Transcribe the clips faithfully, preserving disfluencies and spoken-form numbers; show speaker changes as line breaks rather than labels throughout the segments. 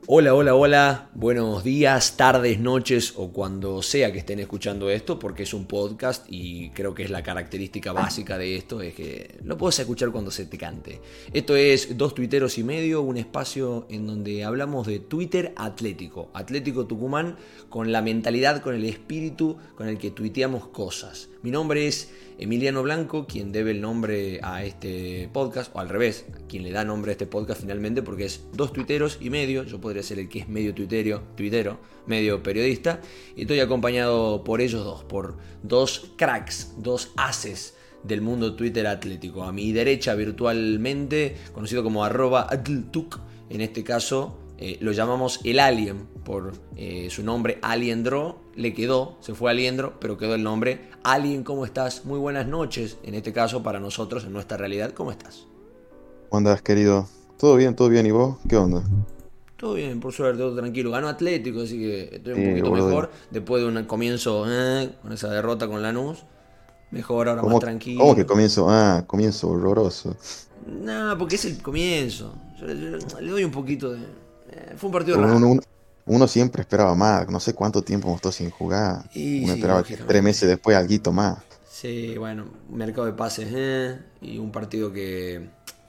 Hola, hola, hola, buenos días, tardes, noches o cuando sea que estén escuchando esto, porque es un podcast y creo que es la característica básica de esto, es que lo puedes escuchar cuando se te cante. Esto es Dos Tuiteros y Medio, un espacio en donde hablamos de Twitter atlético, Atlético Tucumán, con la mentalidad, con el espíritu con el que tuiteamos cosas. Mi nombre es Emiliano Blanco, quien debe el nombre a este podcast, o al revés, quien le da nombre a este podcast finalmente, porque es Dos Tuiteros y Medio. Yo podría ser el que es medio tuitero, tuitero, medio periodista, y estoy acompañado por ellos dos, por dos cracks, dos ases del mundo Twitter atlético. A mi derecha virtualmente, conocido como arroba atltuk, en este caso eh, lo llamamos el Alien, por eh, su nombre Aliendro, le quedó, se fue Aliendro, pero quedó el nombre Alien. ¿Cómo estás? Muy buenas noches, en este caso para nosotros, en nuestra realidad, ¿cómo estás?
¿Cómo andás, querido? ¿Todo bien, todo bien? ¿Y vos? ¿Qué onda?
Todo bien, por suerte, todo tranquilo. Ganó Atlético, así que estoy un
Sí,
poquito
boludo.
mejor. Después de un comienzo eh, con esa derrota con Lanús. Mejor, ahora más
¿Cómo,
tranquilo.
cómo que comienzo? Ah, comienzo horroroso.
No, porque es el comienzo. Yo le, yo le doy un poquito de... eh, fue un partido
Uno,
raro.
uno- uno siempre esperaba más. No sé cuánto tiempo me estuvo sin jugar.
Y
Uno
sí,
esperaba que tres
lógicamente.
meses después alguito más.
Sí, bueno, un mercado de pases eh, y un partido que...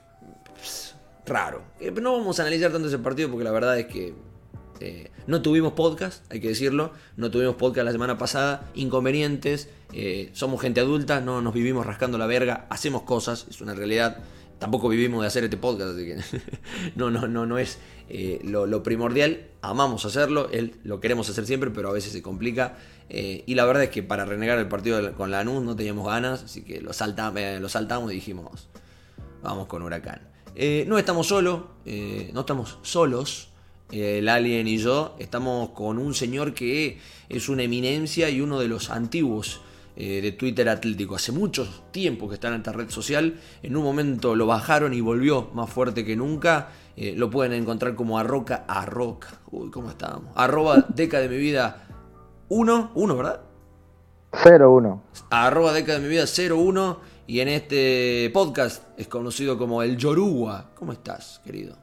pss, raro. Eh, pero no vamos a analizar tanto ese partido porque la verdad es que eh, no tuvimos podcast, hay que decirlo. No tuvimos podcast la semana pasada. Inconvenientes. eh, somos gente adulta, no nos vivimos rascando la verga. Hacemos cosas, es una realidad. Tampoco vivimos de hacer este podcast, así que no, no, no, no es eh, lo, lo primordial. Amamos hacerlo, él, lo queremos hacer siempre, pero a veces se complica. Eh, y la verdad es que para renegar el partido con Lanús no teníamos ganas, así que lo, salta, eh, lo saltamos y dijimos, vamos con Huracán. Eh, no estamos solos, eh, no estamos solos, eh, el Alien y yo, estamos con un señor que es una eminencia y uno de los antiguos eh, de Twitter atlético. Hace mucho tiempo que está en esta red social, en un momento lo bajaron y volvió más fuerte que nunca. Eh, lo pueden encontrar como arroca, arroca, uy, ¿cómo estábamos? Arroba Deca de mi vida uno, uno, ¿verdad?
cero uno.
Arroba Deca de mi vida cero uno. Y en este podcast es conocido como el Yoruba. ¿Cómo estás, querido?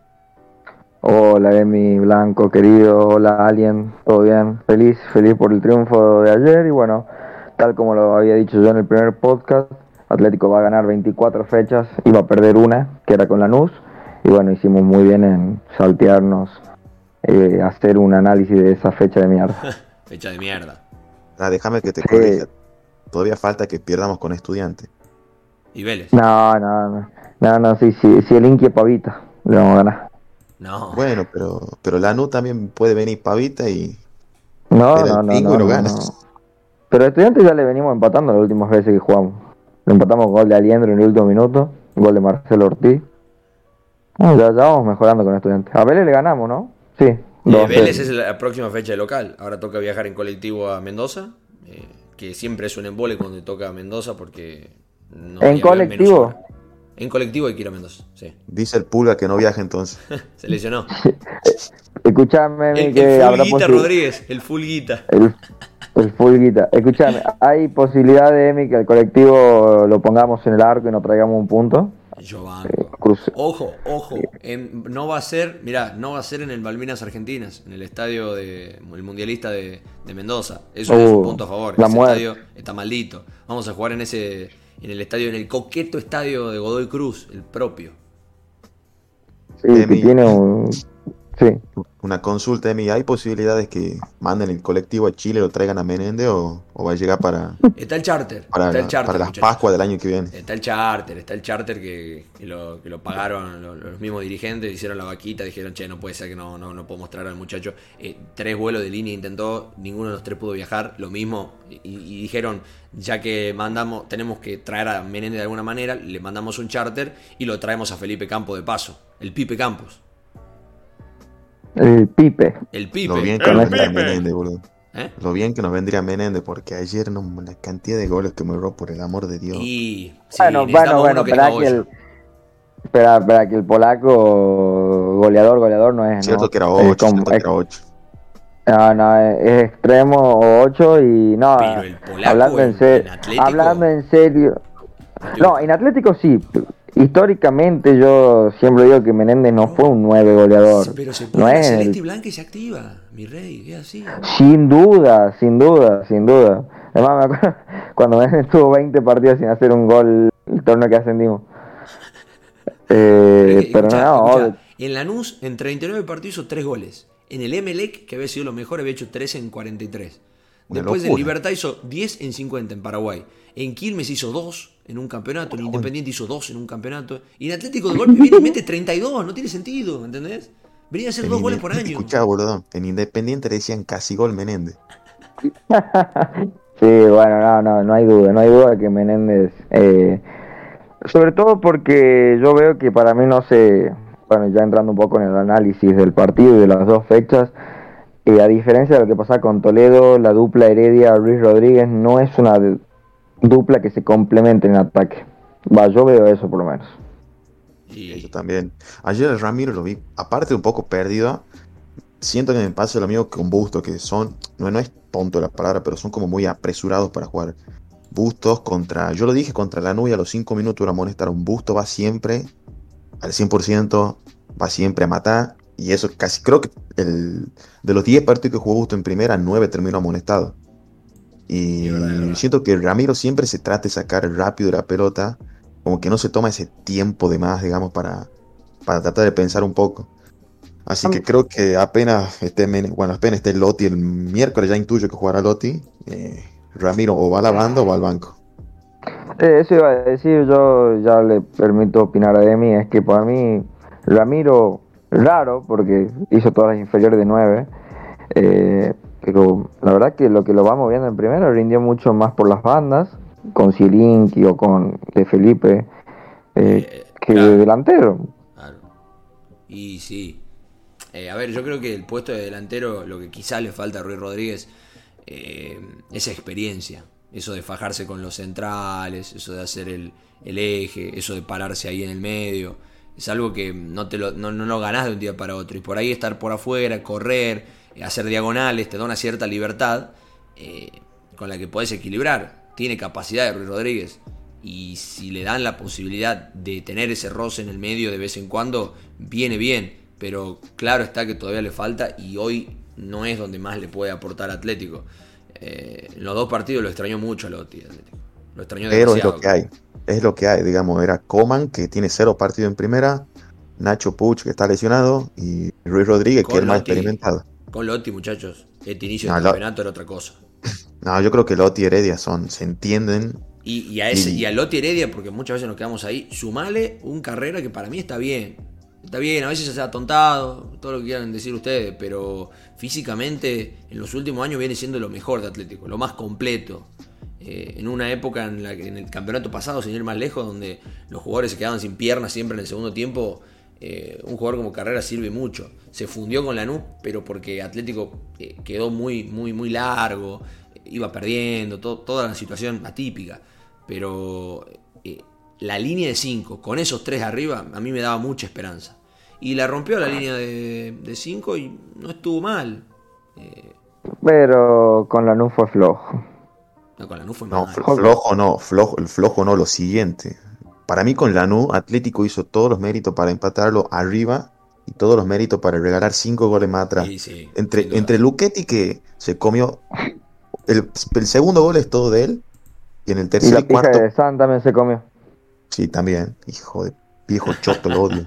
Hola Emi Blanco, querido, hola Alien, ¿todo bien? Feliz, feliz por el triunfo de ayer y bueno, tal como lo había dicho yo en el primer podcast, Atlético va a ganar veinticuatro fechas y va a perder una, que era con Lanús, y bueno, hicimos muy bien en saltearnos, eh, hacer un análisis de esa fecha de mierda.
Fecha de mierda.
Ah, déjame que te
Sí.
corrija. Todavía falta que pierdamos con Estudiantes.
Y Vélez.
No, no, no, no, no, sí, sí, sí el Inqui es Pavita, le vamos a ganar.
No.
Bueno, pero, pero Lanús también puede venir pavita y
No,
espera
no,
el
no,
pingo
no,
y lo
no,
gana.
no. Pero Estudiantes ya le venimos empatando las últimas veces que jugamos. Le empatamos con gol de Aliendro en el último minuto, gol de Marcelo Ortiz. No, ya, ya vamos mejorando con Estudiantes. A Vélez le ganamos, ¿no? Sí.
Eh,
dos a
Vélez
cero.
es la próxima fecha de local. Ahora toca viajar en colectivo a Mendoza. eh, que siempre es un embole cuando toca a Mendoza porque no
¿En
hay avión, menos
colectivo?
hora. En colectivo hay que ir a Mendoza. Sí.
Dice el Pulga que no viaja entonces.
Se lesionó.
Escuchame,
El,
que
el
habrá
Fulguita
posi-
Rodríguez. El Fulguita.
El, el Fulguita. Escuchame, ¿hay posibilidad de, Emi, que el colectivo lo pongamos en el arco y nos traigamos un punto?
Yo
Eh,
banco.
cruce-
Ojo, ojo, en- no va a ser, mirá, no va a ser en el Malvinas Argentinas, en el estadio de, el mundialista de, de Mendoza. Eso es un
Uh,
punto a favor.
la
Ese
muerte.
estadio está maldito. Vamos a jugar en ese, en el estadio, en el coqueto estadio de Godoy Cruz, el propio.
Sí, que
Emi.
tiene un... Sí.
Una consulta, Emi. ¿Hay posibilidades que manden el colectivo a Chile y lo traigan a Menéndez o, o va a llegar para,
Está el charter,
para,
está el charter,
para las
muchachos.
Pascuas del año que viene?
Está el charter, está el charter que, que lo, que lo pagaron los, los mismos dirigentes, hicieron la vaquita, dijeron, che, no puede ser que no, no, no podemos traer al muchacho. Eh, tres vuelos de línea intentó, ninguno de los tres pudo viajar, lo mismo, y, y dijeron, ya que mandamos, tenemos que traer a Menéndez de alguna manera, le mandamos un charter y lo traemos a Felipe Campos de paso, el Pipe Campos.
El Pipe.
El Pipe.
Lo bien que
el
nos vendría
Pipe.
Menéndez, boludo.
¿Eh?
Lo bien que nos vendría Menéndez, porque ayer no, la cantidad de goles que me erró, por el amor de Dios.
Y sí,
Bueno, bueno,
necesitamos
bueno,
uno que
espera
tenga
que,
olla.
el, espera, espera que el polaco goleador, goleador no es,
Cierto
¿no?
que era
Es
ocho,
como-
cierto que
es-
era ocho.
No, no, es, es extremo o ocho y no,
Pero el polaco
hablando en,
en-
serio,
en Atlético-
hablando en serio,
No te
no,
gusta.
en Atlético sí, históricamente yo siempre digo que Menéndez no fue un nueve goleador.
Pero se pone
No
la
es
celeste y
el-
blanca y se activa, mi rey, es así.
Sin duda, sin duda, sin duda. Además, me acuerdo cuando Menéndez tuvo veinte partidos sin hacer un gol el torneo que ascendimos.
Pero es
Eh,
que,
pero
escuchá,
no,
escuchá, en Lanús en treinta y nueve partidos hizo tres goles. En el Emelec, que había sido lo mejor, había hecho tres en cuarenta y tres.
Una
Después en
locura.
Libertad hizo diez en cincuenta en Paraguay. En Quilmes hizo dos en un campeonato. En Independiente hizo dos en un campeonato. Y en Atlético de golpe viene y mete treinta y dos. No tiene sentido, ¿entendés? Venía a hacer
En
dos
Inde-
goles por año.
Escuchá, boludo. En Independiente le decían casi gol Menéndez.
sí, bueno, no, no, no hay duda, no hay duda que Menéndez, eh, sobre todo porque yo veo que para mí no se, bueno, ya entrando un poco en el análisis del partido y de las dos fechas, eh, a diferencia de lo que pasa con Toledo, la dupla Heredia-Ruiz Rodríguez no es una de- dupla que se complemente en ataque. Va, yo veo eso por lo menos.
Yo
Y
también. Ayer el Ramiro lo vi, aparte un poco perdido. Siento que me pasa lo mismo con Bustos, que son, no, no es tonto la palabra, pero son como muy apresurados para jugar. Bustos contra, yo lo dije, contra la Nubia a los cinco minutos lo amonestaron. Bustos va siempre al cien por ciento, va siempre a matar. Y eso casi, creo que el, de los diez partidos que jugó Bustos en primera, nueve terminó amonestado. Y
es verdad, es verdad.
siento que Ramiro siempre se trata de sacar rápido la pelota, como que no se toma ese tiempo de más, digamos, para, para tratar de pensar un poco. Así que creo que apenas esté, Men- bueno, apenas esté Lotti el miércoles, ya intuyo que jugará Lotti. eh, Ramiro o va a la banda o va al banco.
Eh, eso iba a decir, yo ya le permito opinar a Emi, es que para mí Ramiro, raro, porque hizo todas las inferiores de nueve, eh, pero la verdad que lo que lo vamos viendo en primera rindió mucho más por las bandas, con Zielinski o con De Felipe, eh,
Eh,
que
claro.
de delantero.
Claro. Y sí. Eh, a ver, yo creo que el puesto de delantero, lo que quizás le falta a Ruiz Rodríguez, eh, esa experiencia. Eso de fajarse con los centrales, eso de hacer el, el eje, eso de pararse ahí en el medio. Es algo que no te lo, no, no lo ganás de un día para otro. Y por ahí estar por afuera, correr, eh, hacer diagonales, te da una cierta libertad eh, con la que podés equilibrar. Tiene capacidad de Ruiz Rodríguez. Y si le dan la posibilidad de tener ese roce en el medio de vez en cuando, viene bien. Pero claro está que todavía le falta y hoy no es donde más le puede aportar Atlético. Eh, en los dos partidos lo extrañó mucho a Lotti, Atlético. Lo extrañó
Pero es
demasiado.
lo que hay. Es lo que hay, digamos. Era Coman, que tiene cero partido en primera. Nacho Puch, que está lesionado. Y Ruiz Rodríguez, que es
Con
el más
Lotti,
experimentado.
con Lotti, muchachos, este inicio
No,
del
Lo-
campeonato era otra cosa.
no, yo creo que Lotti y Heredia son, se entienden.
Y, y a ese,
Y-
y a Lotti Heredia, porque muchas veces nos quedamos ahí, sumale un Carrera que para mí está bien. Está bien, a veces se ha atontado, todo lo que quieran decir ustedes, pero físicamente en los últimos años viene siendo lo mejor de Atlético, lo más completo. Eh, en una época en la que en el campeonato pasado, sin ir más lejos, donde los jugadores se quedaban sin piernas siempre en el segundo tiempo, eh, un jugador como Carrera sirve mucho. Se fundió con Lanús, pero porque Atlético eh, quedó muy, muy, muy largo, eh, iba perdiendo, to- toda la situación atípica. Pero eh, la línea de cinco, con esos tres arriba, a mí me daba mucha esperanza. Y la rompió la línea de cinco y no estuvo mal. Eh,
Pero con la Lanús fue flojo.
no, con Lanús fue
No,
mal.
fl- flojo no, flojo, el flojo no, lo siguiente. Para mí con Lanús, Atlético hizo todos los méritos para empatarlo arriba y todos los méritos para regalar cinco goles más atrás.
Sí, sí,
Entre,
sin duda.
entre Luchetti, que se comió, el, el segundo gol es todo de él, y en el
Y
tercer
la
y
pija
cuarto,
de San también se comió.
sí, también, hijo de viejo choto, lo odio.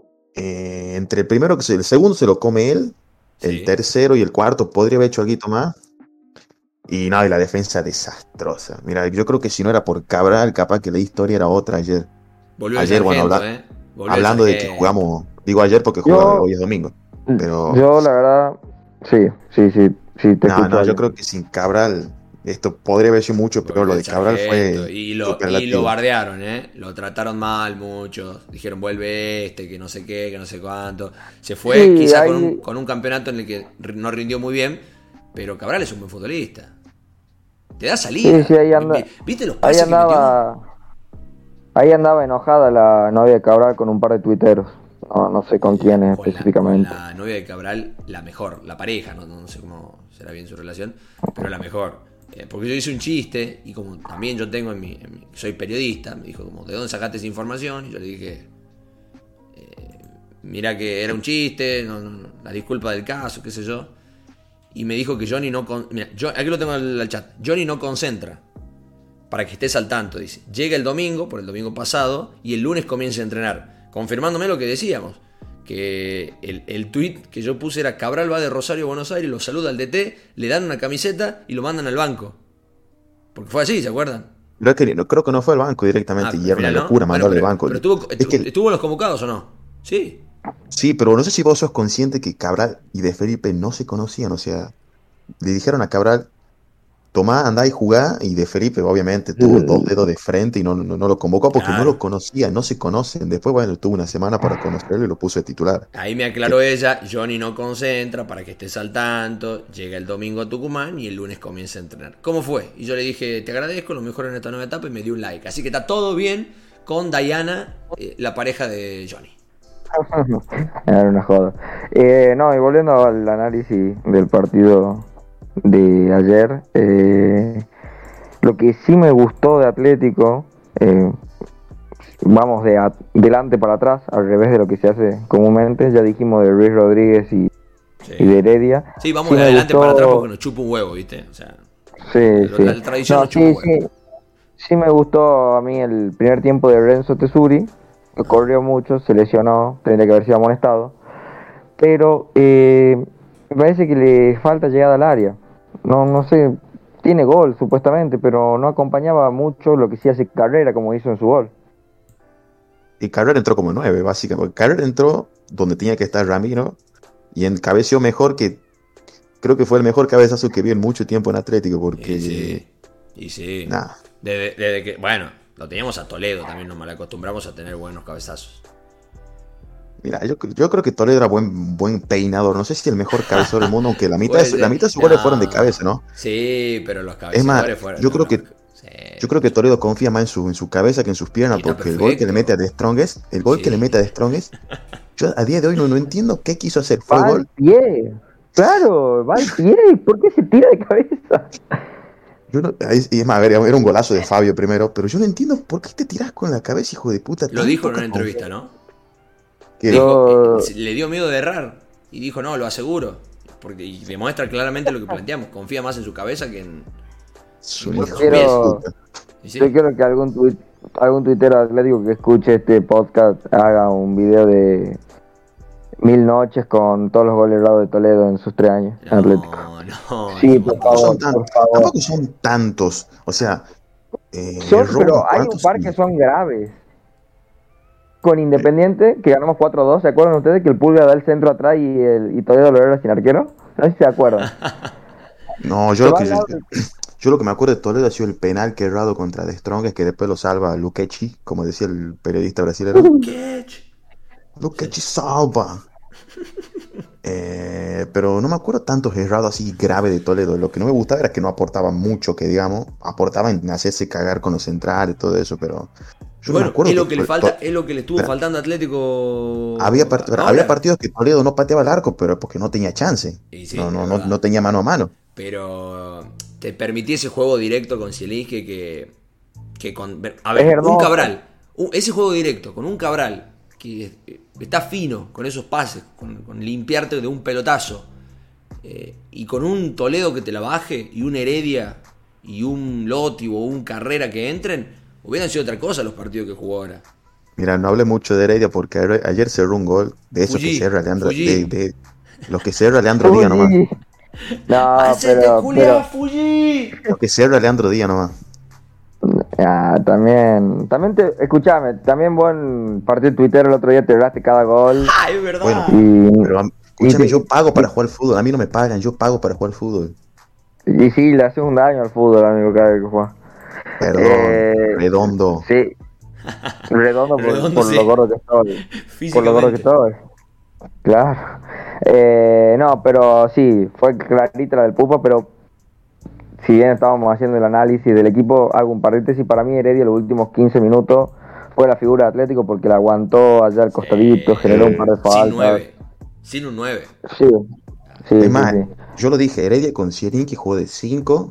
Eh, entre el primero que se, el segundo se lo come él, el
Sí.
tercero y el cuarto podría haber hecho algo más. Y no, y la defensa desastrosa. Mira, yo creo que si no era por Cabral, capaz que la historia era otra ayer.
Volvió el
Ayer, bueno,
sargento,
habla-
¿eh? Volvió el
Hablando de que
sargento.
jugamos, digo ayer porque
Yo-
juega, hoy es domingo. Pero
Yo, la verdad, sí, sí, sí, sí, te
no,
escucho.
no, yo
Ale.
creo que sin Cabral esto podría haber sido mucho, pero
Volvió
lo
el
de Cabral
sargento.
fue
Y lo, y
superlativo.
lo bardearon, ¿eh? Lo trataron mal muchos. Dijeron, vuelve este, que no sé qué, que no sé cuánto. Se fue
Sí,
quizá
ahí-
con, un, con un campeonato en el que ri- no rindió muy bien, pero Cabral es un buen futbolista. Te da salida.
Sí, sí, ahí anda-
Vi- ¿Viste los
Ahí
pases que metió?
andaba, ahí andaba enojada la novia de Cabral con un par de tuiteros. No, no sé con quiénes
Con la-
específicamente.
con la novia de Cabral, la mejor, la pareja, no, no sé cómo será bien su relación, pero la mejor. eh, porque yo hice un chiste, y como también yo tengo en mi, en mi- soy periodista, me dijo como, ¿de dónde sacaste esa información? Y yo le dije, eh, mira que era un chiste, no, no, no, la disculpa del caso, qué sé yo. Y me dijo que Johnny no... Con, mira, yo, aquí lo tengo al, al chat. Johnny no concentra. Para que estés al tanto, dice. Llega el domingo, por el domingo pasado, y el lunes comienza a entrenar. Confirmándome lo que decíamos. Que el, el tweet que yo puse era: Cabral va de Rosario a Buenos Aires, lo saluda al D T, le dan una camiseta y lo mandan al banco. Porque fue así, ¿se acuerdan?
Creo que, no, creo que no fue al banco directamente,
Ah,
y era una
al final, ¿no?
locura
Bueno,
mandarle al
pero,
banco.
pero estuvo,
Es que,
¿estuvo en los convocados o no? Sí.
sí, pero no sé si vos sos consciente que Cabral y De Felipe no se conocían, o sea, le dijeron a Cabral, tomá, andá y jugá, y De Felipe obviamente tuvo dos dedos de frente y no, no, no lo convocó porque no lo
Claro.
conocía, no se conocen. Después, bueno, tuvo una semana para conocerlo y lo puso de titular.
Ahí me aclaró ella, Johnny no concentra, para que estés al tanto, llega el domingo a Tucumán y el lunes comienza a entrenar. ¿Cómo fue? Y yo le dije, te agradezco, lo mejor en esta nueva etapa, y me dio un like. Así que está todo bien con Diana, eh, la pareja de Johnny.
Era una joda. Eh, no, y volviendo al análisis del partido de ayer, eh, lo que sí me gustó de Atlético, eh, vamos de adelante para atrás, al revés de lo que se hace comúnmente. Ya dijimos de Luis Rodríguez y,
Sí,
y de Heredia.
sí vamos
Sí
de
me
adelante
gustó-
para atrás porque nos chupa un huevo, ¿viste? O sea,
Sí,
lo-
sí.
la tradición
No,
nos chupa
sí,
un huevo.
sí, sí me gustó a mí el primer tiempo de Renzo Tesuri, que corrió mucho, se lesionó, tendría que haber sido amonestado, pero eh, me parece que le falta llegada al área. No, no sé, tiene gol supuestamente, pero no acompañaba mucho lo que sí hace Carrera, como hizo en su gol.
Y Carrera entró como nueve, básicamente. Carrera entró donde tenía que estar Ramiro y encabeció mejor que... Creo que fue el mejor cabezazo que vi en mucho tiempo en Atlético, porque...
Y sí, y sí.
Nada.
Desde, desde que, bueno, lo teníamos a Toledo, también nos malacostumbramos a tener buenos cabezazos.
Mira, yo, yo creo que Toledo era buen, buen peinador. No sé si el mejor cabezador del mundo, aunque la mitad,
Puede
de,
ser.
la mitad de sus goles
No.
fueron de cabeza, ¿no?
Sí, pero los
Es más,
cabeceadores fueron.
yo
no,
creo
no,
que
sí.
yo creo que Toledo confía más en su, en su cabeza que en sus piernas,
Y está
porque el gol que le mete a
perfecto.
The Strongest, el gol
Sí.
que le mete a The Strongest, yo a día de hoy no, no entiendo qué quiso hacer. Fue el
Va al
gol.
pie, claro, va al pie, ¿por qué se tira de cabeza?
Yo no- ahí- y es más, a ver, era un golazo de Fabio primero, pero yo no entiendo por qué te tirás con la cabeza, hijo de puta.
Lo
tan
dijo en
poca
una entrevista, ¿no?
Que-
Dijo,
Yo-
eh, le dio miedo de errar. Y dijo, no, lo aseguro. Porque y demuestra claramente lo que planteamos. Confía más en su cabeza que en.
Es un
Yo
hijo
quiero-
de puta.
Y sí.
Yo quiero que algún tuit, algún tuitero atlético que escuche este podcast haga un video de mil noches con todos los goles errados de Toledo en sus tres años en Atlético.
No, no.
Sí,
es
por
un
Tampoco
favor,
son, tan-
por favor.
tampoco son tantos. O sea, eh,
Son,
erró
pero
unos
hay un
cuantos
par
y-
que son graves. Con Independiente, que ganamos cuatro dos, ¿se acuerdan ustedes que el Pulga da el centro atrás y, el, y Toledo lo era sin arquero? No sé si se acuerdan.
No, yo
Se
lo,
va
que,
al lado del-
yo lo que me acuerdo de Toledo ha sido el penal que errado contra The Strongest, que después lo salva Luquechi, como decía el periodista brasileño.
Catch.
Luquechi salva. Eh, pero no me acuerdo tantos errados así graves de Toledo. Lo que no me gustaba era que no aportaba mucho, que digamos, aportaba en hacerse cagar con los centrales y todo eso, pero yo no me
Bueno,
acuerdo
es lo que le
fue-
falta,
to-
es lo que le estuvo
Espera.
faltando a Atlético.
había, part- pero
ahora.
había partidos que Toledo no pateaba el arco, pero porque no tenía chance.
Y sí,
no, no,
es
no,
verdad.
no tenía mano a mano.
Pero te permití ese juego directo con Zielinski que, que con. A
Es
ver,
hermoso.
un Cabral. un- ese juego directo con un Cabral que está fino con esos pases, con, con limpiarte de un pelotazo. eh, y con un Toledo que te la baje y un Heredia y un Lotti o un Carrera que entren, hubieran sido otra cosa los partidos que jugó ahora.
Mira, no hablé mucho de Heredia porque ayer ayer cerró un gol de esos
Fuji,
que cerra Leandro,
Fuji.
de, de- los que cerra Leandro Díaz nomás.
Uy. No,
¡Hacete
pero,
culiá,
pero
Fuji!
Los que cerra Leandro Díaz nomás.
ah, también, también te, escuchame, también buen partido de Twitter el otro día, te erraste cada gol
¡Ah, es verdad!
Bueno,
y,
Pero a- escúchame,
y-
yo pago para jugar al fútbol. A mí no me pagan, yo pago para jugar al fútbol.
y sí, le haces un daño al fútbol, amigo, cada vez que juega.
Perdón,
Eh,
redondo.
Sí, redondo por,
Redondo,
por
sí.
lo gordo que estoy. Por lo gordo que
Físicamente.
estoy. Claro. Eh, no, pero sí, fue clarita la del Pupa, pero si bien estábamos haciendo el análisis del equipo, hago un paréntesis. Para mí, Heredia, los últimos quince minutos fue la figura de Atlético porque la aguantó allá al costadito,
Eh,
generó un par de
Sin
faltas.
nueve. Sin un nueve.
Sí, sí,
Es
sí,
más,
sí.
yo lo dije, Heredia con Zielinski jugó de cinco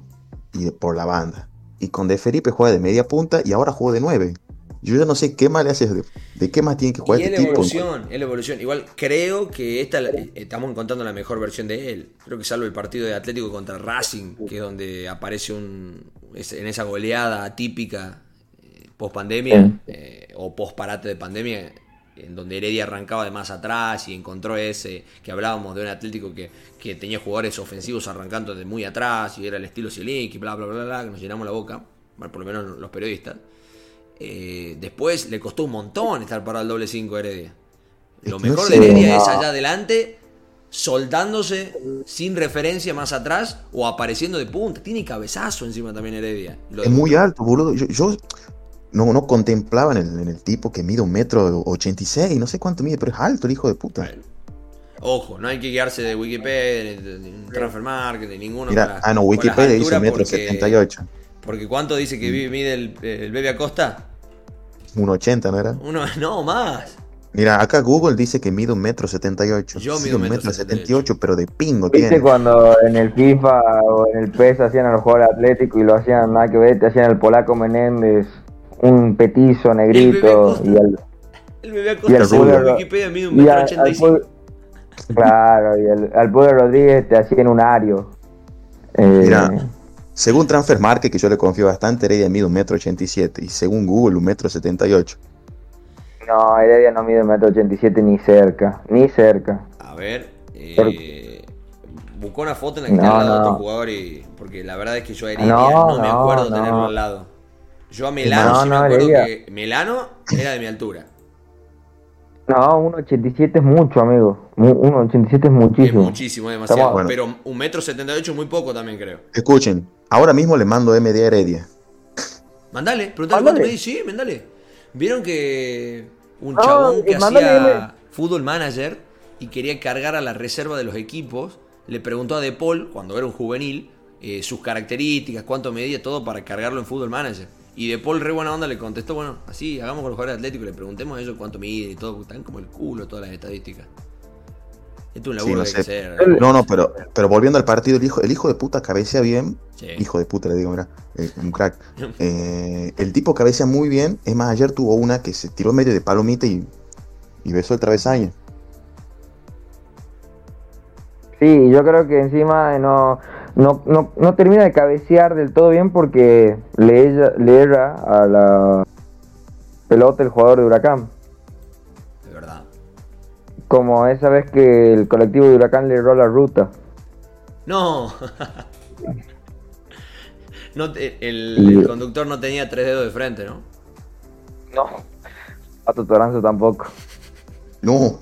y de- por la banda. Y con De Felipe juega de media punta y ahora juega de nueve. Yo ya no sé qué más le haces, de, de qué más tiene que jugar
Y es
este
la
tipo.
evolución, es la evolución. Igual creo que esta la- eh, estamos encontrando la mejor versión de él. Creo que salvo el partido de Atlético contra Racing, que es donde aparece un es- en esa goleada atípica post pandemia o post parate de pandemia, en donde Heredia arrancaba de más atrás y encontró ese que hablábamos de un Atlético que, que tenía jugadores ofensivos arrancando de muy atrás y era el estilo Zielinski, bla bla bla bla, que nos llenamos la boca, bueno, por lo menos los periodistas. Eh, después le costó un montón estar parado al doble cinco a Heredia.
Es
Lo
que no
mejor
sé,
de Heredia
no.
es allá adelante, soldándose sin referencia más atrás o apareciendo de punta. Tiene cabezazo encima también Heredia. Lo
es muy
demostró.
alto, boludo. Yo, yo no, no contemplaba en el, en el tipo que mide un metro ochenta y seis, no sé cuánto mide, pero es alto el hijo de puta.
Bueno, ojo, no hay que guiarse de Wikipedia, de, de Transfer Market, de ninguno.
Mira,
con la-
ah no,
con las
Wikipedia dice
alturas
un metro
porque-
setenta y ocho.
Porque ¿cuánto dice que vi- mide el, el Bebe Acosta?
Un ochenta, ¿no era?
Uno, no, más.
Mira, acá Google dice que mide un metro setenta y ocho.
Yo
Sí,
mido
un
metro
metro
setenta y
setenta y ocho, pero de pingo
¿Viste
tiene.
cuando en el FIFA o en el PES hacían a los jugadores atléticos y lo hacían nada que ver? Te hacían el polaco Menéndez, un petizo
Bebe
negrito
Acosta.
y al,
El Bebe
y
Acosta
al
según
Pulgar-
Wikipedia mide un
y
metro
al-
ochenta y
al
cinco.
Pul- claro, y al, al Pulgar Rodríguez te hacían un ario. Eh,
Mira, según Transfer Market, que yo le confío bastante, Heredia mide un metro ochenta y siete. Y según Google, un metro setenta y ocho.
no, Heredia no mide un metro ochenta y siete ni cerca, ni cerca.
A ver, eh,
Pero-
buscó una foto en la que
No,
está al lado de
no.
otro jugador y, porque la verdad es que yo a Heredia
No,
no, me
no,
acuerdo
no.
tenerlo al lado. Yo a Melano
No,
sí me
no,
acuerdo
Heredia.
que Melano era de mi altura.
No, uno ochenta y siete es mucho, amigo. Mu- uno ochenta y siete es
Es
muchísimo.
muchísimo, es demasiado.
Estamos-
Bueno.
Pero un metro setenta y ocho es muy poco también, creo.
Escuchen, ahora mismo le mando M D a Heredia.
Mandale, preguntale
Mandale.
cuánto medís, sí, mandale. ¿Vieron que un
No,
chabón que
eh, mandale,
hacía
dime.
fútbol manager y quería cargar a la reserva de los equipos, le preguntó a De Paul, cuando era un juvenil, eh, sus características, cuánto medía, todo para cargarlo en fútbol manager? Y De Paul, re buena onda, le contestó, bueno, así, hagamos con los jugadores atléticos, le preguntemos a ellos cuánto mide y todo, porque están como el culo todas las estadísticas. Esto es un
Sí,
laburo
no
que hay que
sé.
hacer.
No, no, pero, pero volviendo al partido, el hijo, el hijo de puta cabecea bien.
Sí.
Hijo de puta, le digo, mira, eh, un crack. Eh, el tipo cabecea muy bien. Es más, ayer tuvo una que se tiró medio de palomita y, y besó el travesaño.
Sí, yo creo que encima no, no, no, no termina de cabecear del todo bien porque le, le erra a la pelota el jugador de Huracán.
De verdad.
Como esa vez que el colectivo de Huracán le erró la ruta.
No. No te- el, el conductor no tenía tres dedos de frente, ¿no?
No. Pato Toranzo tampoco.
No,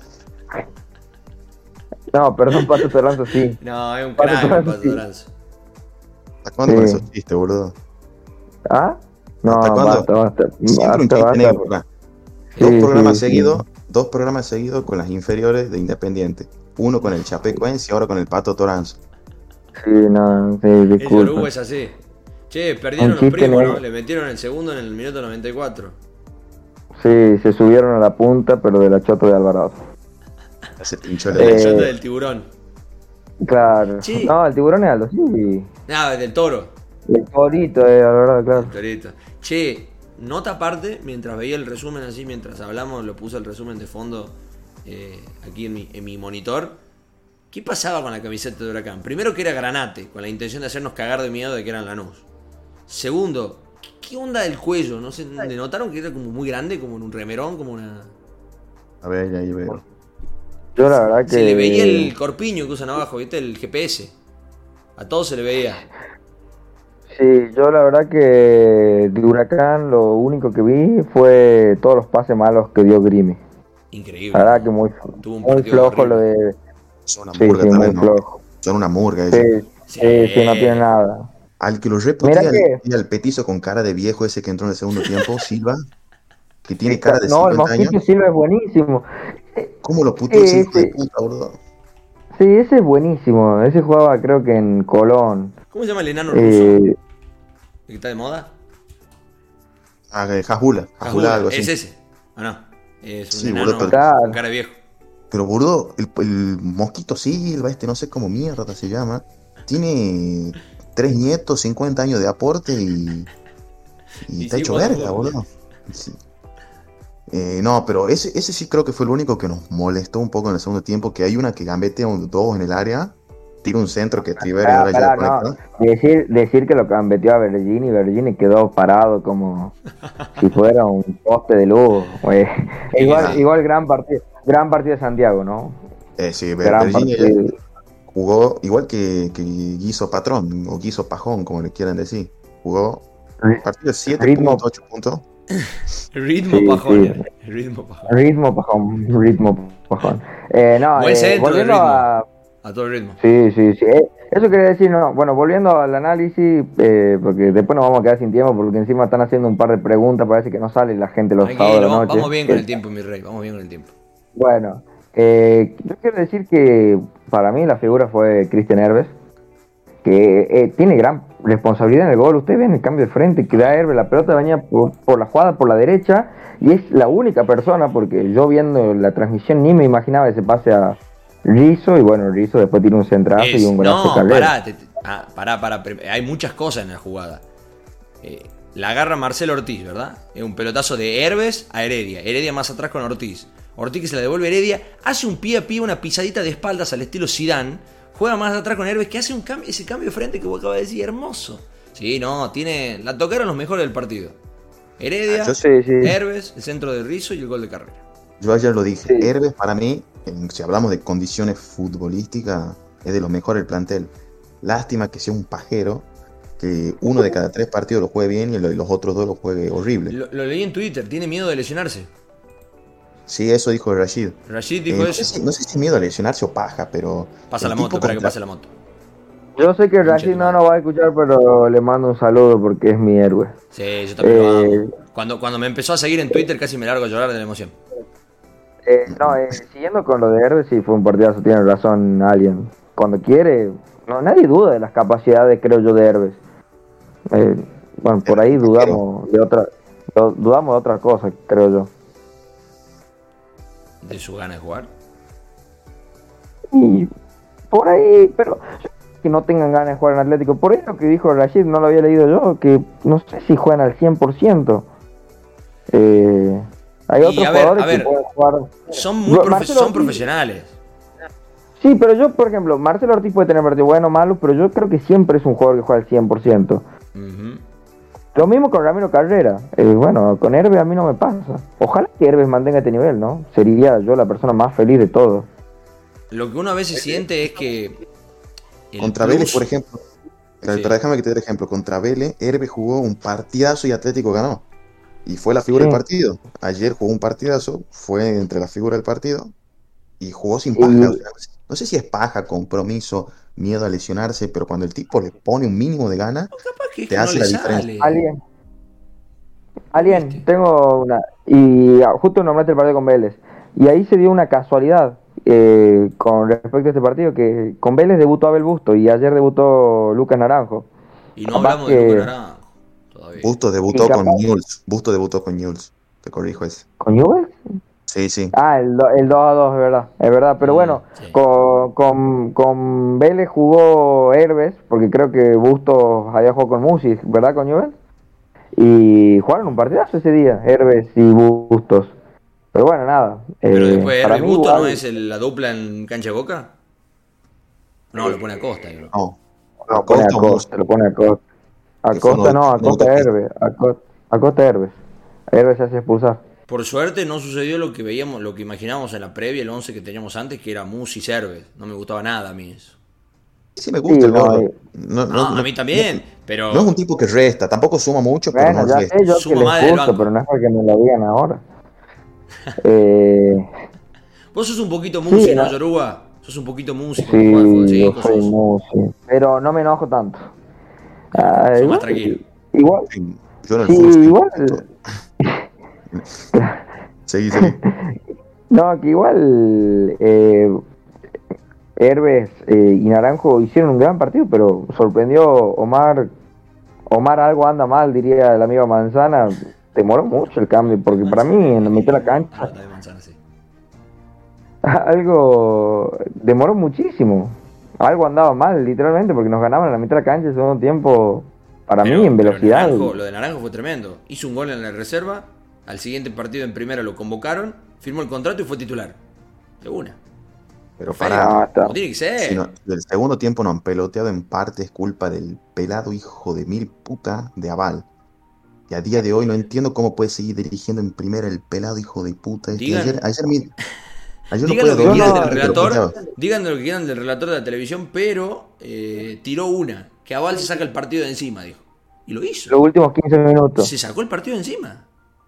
No, perdón, Pato Toranzo sí.
No, es un
Pato
crack el
Toranzo,
Pato
sí.
Toranzo.
¿hasta cuándo con
Sí.
esos chistes, boludo?
¿Ah? No,
¿Hasta cuándo?
basta, basta.
Siempre un
Basta,
chiste
basta.
negro acá.
Sí,
Dos programas
sí, sí.
seguidos, dos programas seguidos con las inferiores de Independiente. Uno con el Chapecoense y ahora con el Pato Toranzo.
Sí, no, sí,
El
disculpa.
Yoruba es así. Che, perdieron
Un
los
chiste
primos, ¿no?
negro.
Le metieron el segundo en el minuto noventa y cuatro.
Sí, se subieron a la punta, pero de la chota de Alvarado.
Se pinchó
La
el
Eh,
chota del tiburón.
Claro.
Sí.
No, el tiburón es alto, sí.
Nada, del toro.
El torito de Alvarado, claro.
El torito. Che, nota aparte, mientras veía el resumen así, mientras hablamos, lo puse el resumen de fondo eh, aquí en mi, en mi monitor. ¿Qué pasaba con la camiseta de Huracán? Primero que era granate, con la intención de hacernos cagar de miedo de que eran Lanús. Segundo, ¿qué, qué onda del cuello? ¿No se ¿le notaron que era como muy grande, como en un remerón, como una...
A ver, ahí veo.
Yo la verdad que...
Se le veía el corpiño que usan abajo, ¿viste? El G P S. A todos se le veía.
Sí, yo la verdad que de Huracán lo único que vi fue todos los pases malos que dio Grimi.
Increíble.
La verdad que muy,
Tuvo un
muy
partido
flojo
horrible.
lo de...
Son una
Sí,
murga
sí, muy
también, ¿no?
flojo.
Son una murga
Sí,
ellos.
sí, sí, no tiene nada.
Al que lo reputea
Mira que-
y al petizo con cara de viejo ese que entró en el segundo tiempo, Silva, que tiene cara de
No, el
cincuenta años.
Mosquito Silva es buenísimo.
¿Cómo lo puteó ese
Eh,
hijo de
sí.
puta, boludo?
Sí, ese es buenísimo. Ese jugaba creo que en Colón.
¿Cómo se llama el enano ruso?
Eh,
¿El que está de moda?
Ah, eh, Jajula, Jajula,
Jajula,
algo así.
es ese. ¿O no? Es un
Sí,
enano
boludo,
con
pero-
cara de viejo.
Pero, boludo, el, el Mosquito Silva, este no sé cómo mierda se llama, tiene tres nietos, cincuenta años de aporte y, y,
Y
está
sí,
hecho
bueno,
verga,
bueno.
boludo. Sí. Eh, no, pero ese, ese sí creo que fue lo único que nos molestó un poco en el segundo tiempo, que hay una que gambetea un dos en el área, tira un centro que Triverio
Pará,
ahora llega a
pará, no.
conectar.
Decir, decir que lo metió a Bergini, Bergini quedó parado como si fuera un poste de luz, güey.
Es que
Igual,
sí.
igual gran partido, gran partido de Santiago, ¿no?
Eh, sí, Ver-
Gran
Virginia
partido.
jugó igual que, que Guiso Patrón, o Guiso Pajón, como le quieran decir. Jugó
Ri-
partido de siete
Ritmo,
puntos, ocho puntos.
Ritmo
sí,
pajón,
sí.
era. Ritmo pajón.
Ritmo pajón, ritmo pajón. Eh, no,
Buen
eh,
centro de
volviendo
ritmo.
a,
A todo el ritmo.
sí, sí, sí. Eh, eso quería decir, no. Bueno, volviendo al análisis, eh, porque después nos vamos a quedar sin tiempo, porque encima están haciendo un par de preguntas, parece que no sale la gente los sábados de
Tranquilo,
la
vamos,
noche.
vamos bien con
Eh,
el tiempo, mi rey. Vamos bien con el tiempo.
bueno, eh, yo quiero decir que para mí la figura fue Cristian Herbes, que eh, tiene gran responsabilidad en el gol. Ustedes ven el cambio de frente que da Herbes, la pelota venía por, por la jugada por la derecha, y es la única persona, porque yo viendo la transmisión ni me imaginaba ese pase a Rizzo, y bueno, Rizzo después tiene un centrazo
Es-
y un golazo de
no,
Calera.
pará, te- te- ah, pará, pará, prim- hay muchas cosas en la jugada. Eh, la agarra Marcelo Ortiz, ¿verdad? Es un pelotazo de Herbes a Heredia. Heredia más atrás con Ortiz. Ortiz que se la devuelve a Heredia, hace un pie a pie, una pisadita de espaldas al estilo Zidane. Juega más atrás con Herbes, que hace un cambio, ese cambio de frente que vos acabas de decir, hermoso. Sí, no, tiene. La tocaron los mejores del partido. Heredia,
Ah, yo
Sí, sí.
Herbes, el centro de Rizzo y el gol de carrera.
Yo ayer lo dije,
Sí.
Herbes para mí, en- si hablamos de condiciones futbolísticas, es de lo mejor del plantel. Lástima que sea un pajero, que uno de cada tres partidos lo juegue bien y lo- y los otros dos lo juegue horrible.
Lo, lo leí en Twitter, tiene miedo de lesionarse.
Sí, eso dijo Rashid.
Rashid
Eh,
dijo
no,
eso.
sé si, no sé si miedo a lesionarse o paja, pero...
Pasa
el
la
tipo
moto, espera que
contra-
pase la moto.
Yo sé que
Concha
Rashid
tu
no
madre.
nos va a escuchar, pero le mando un saludo porque es mi héroe.
Sí, yo también lo
Eh,
amo. Cuando, cuando me empezó a seguir en Twitter casi me largo a llorar de la emoción.
Eh, no, eh, siguiendo con lo de Herbes, sí fue un partidazo, tiene razón alguien. Cuando quiere, no, nadie duda de las capacidades, creo yo, de Herbes. Eh, bueno, por ahí dudamos de otra, du- dudamos de otra cosa, creo yo.
De su gana de jugar.
Y por ahí, pero yo creo que no tengan ganas de jugar en Atlético. Por eso que dijo Rashid, no lo había leído yo, que no sé si juegan al cien por ciento. Eh, hay
Y
otros
a ver,
jugadores
a ver,
que pueden jugar.
Son muy
Yo-
profe-
Marcelo
son
Ortiz-
profesionales.
Sí, pero yo, por ejemplo, Marcelo Ortiz puede tener partido bueno o malo, pero yo creo que siempre es un jugador que juega al cien por ciento.
Ujú.
Lo mismo con Ramiro Carrera. Eh, bueno, con Herbes a mí no me pasa. Ojalá que Herbes mantenga este nivel, ¿no? Sería yo la persona más feliz de todos.
Lo que uno a veces siente es que. el
Contra
plus-
Vélez, por ejemplo. Pero
Sí.
déjame que te dé el ejemplo. Contra Vélez, Herbes jugó un partidazo y Atlético ganó. Y fue la figura
Sí.
del partido. Ayer jugó un partidazo, fue entre la figura del partido y jugó sin paja.
Y-
O sea, no sé si es paja, compromiso, miedo a lesionarse, pero cuando el tipo le pone un mínimo de gana,
Capaz que es
te
que no
hace
le
la
sale.
diferencia.
Alguien. Alguien,
¿Viste?
tengo una. Y ah, justo nombraste el partido con Vélez. Y ahí se dio una casualidad eh, con respecto a este partido, que con Vélez debutó Abel Busto y ayer debutó Lucas Naranjo.
Y no
Capaz
hablamos de
que-
Luca Naranjo todavía.
Busto debutó
Y capaz-
con Newell's. Busto debutó con Newell's. Te corrijo ese.
¿Con Newell's?
Sí, sí.
Ah, el, do- el dos a dos, es verdad, es verdad. Pero
Mm,
bueno,
sí.
con, con, con Vélez jugó Herbes, porque creo que Bustos había jugado con Musi, ¿verdad? Con Newell's. Y jugaron un partidazo ese día, Herbes y Bustos. Pero bueno, nada.
Pero
eh,
después,
para
¿el
mí
Busto
igual-
no es el- la dupla en cancha de Boca? No, lo pone a Costa. Yo.
No.
No, pone a
Acosta o
Costa, lo pone a Costa. A
Que fue
Costa
uno-
no, a
uno
Costa
autopista.
Herbes. A Costa, a Costa Herbes. Herbes se hace expulsar.
Por suerte no sucedió lo que veíamos, lo que imaginábamos en la previa, el once que teníamos antes, que era Musi y Cerves. No me gustaba nada a mí eso.
Sí me gusta
Sí,
el
no,
gordo.
eh.
No,
No,
no,
a
no-
mí también, pero
no es un tipo que resta, tampoco suma mucho, pero
Bueno,
no
ya
resta.
sé yo
Suma
que
más
les
del
gusta,
banco.
pero no es porque me lo digan ahora. eh,
vos sos un poquito Musi,
Sí,
¿no,
¿no?
Yoruba? Sos un poquito Musi cuando jugás al fútbol
sí, yo
cinco,
soy
sos-
Musi. Pero no me enojo tanto. Ah,
sos más
igual,
tranquilo.
igual,
Sí, yo en el
sí,
fútbol-
igual.
Seguí, seguí.
No, que igual eh, Herbes eh, y Naranjo hicieron un gran partido, pero sorprendió Omar. Omar algo anda mal, diría el amigo Manzana. Demoró mucho el cambio, porque para mí en la mitad de la cancha
Ah, está de manzana, sí.
algo demoró muchísimo. algo andaba mal, literalmente, porque nos ganaban en la mitad de la cancha el segundo tiempo, para
Pero-
mí, en
pero
velocidad.
Naranjo, lo de Naranjo fue tremendo. Hizo un gol en la reserva, al siguiente partido en primera lo convocaron, firmó el contrato y fue titular. De una.
Pero
Feo,
para.
Ah, está.
como tiene que ser.
Si no, el segundo tiempo no han peloteado en parte es culpa del pelado hijo de mil puta de Aval. Y a día de hoy no entiendo cómo puede seguir dirigiendo en primera el pelado hijo de puta. Este.
Digan-
ayer, ayer, mi- ayer no
Digan
puede
lo que
dormir
quieran
no,
del
porque lo
relator,
puteaba.
digan lo que quieran del relator de la televisión, pero eh, tiró una, que Aval se saca el partido de encima, dijo. Y lo hizo.
Los últimos quince minutos.
Se sacó el partido de encima.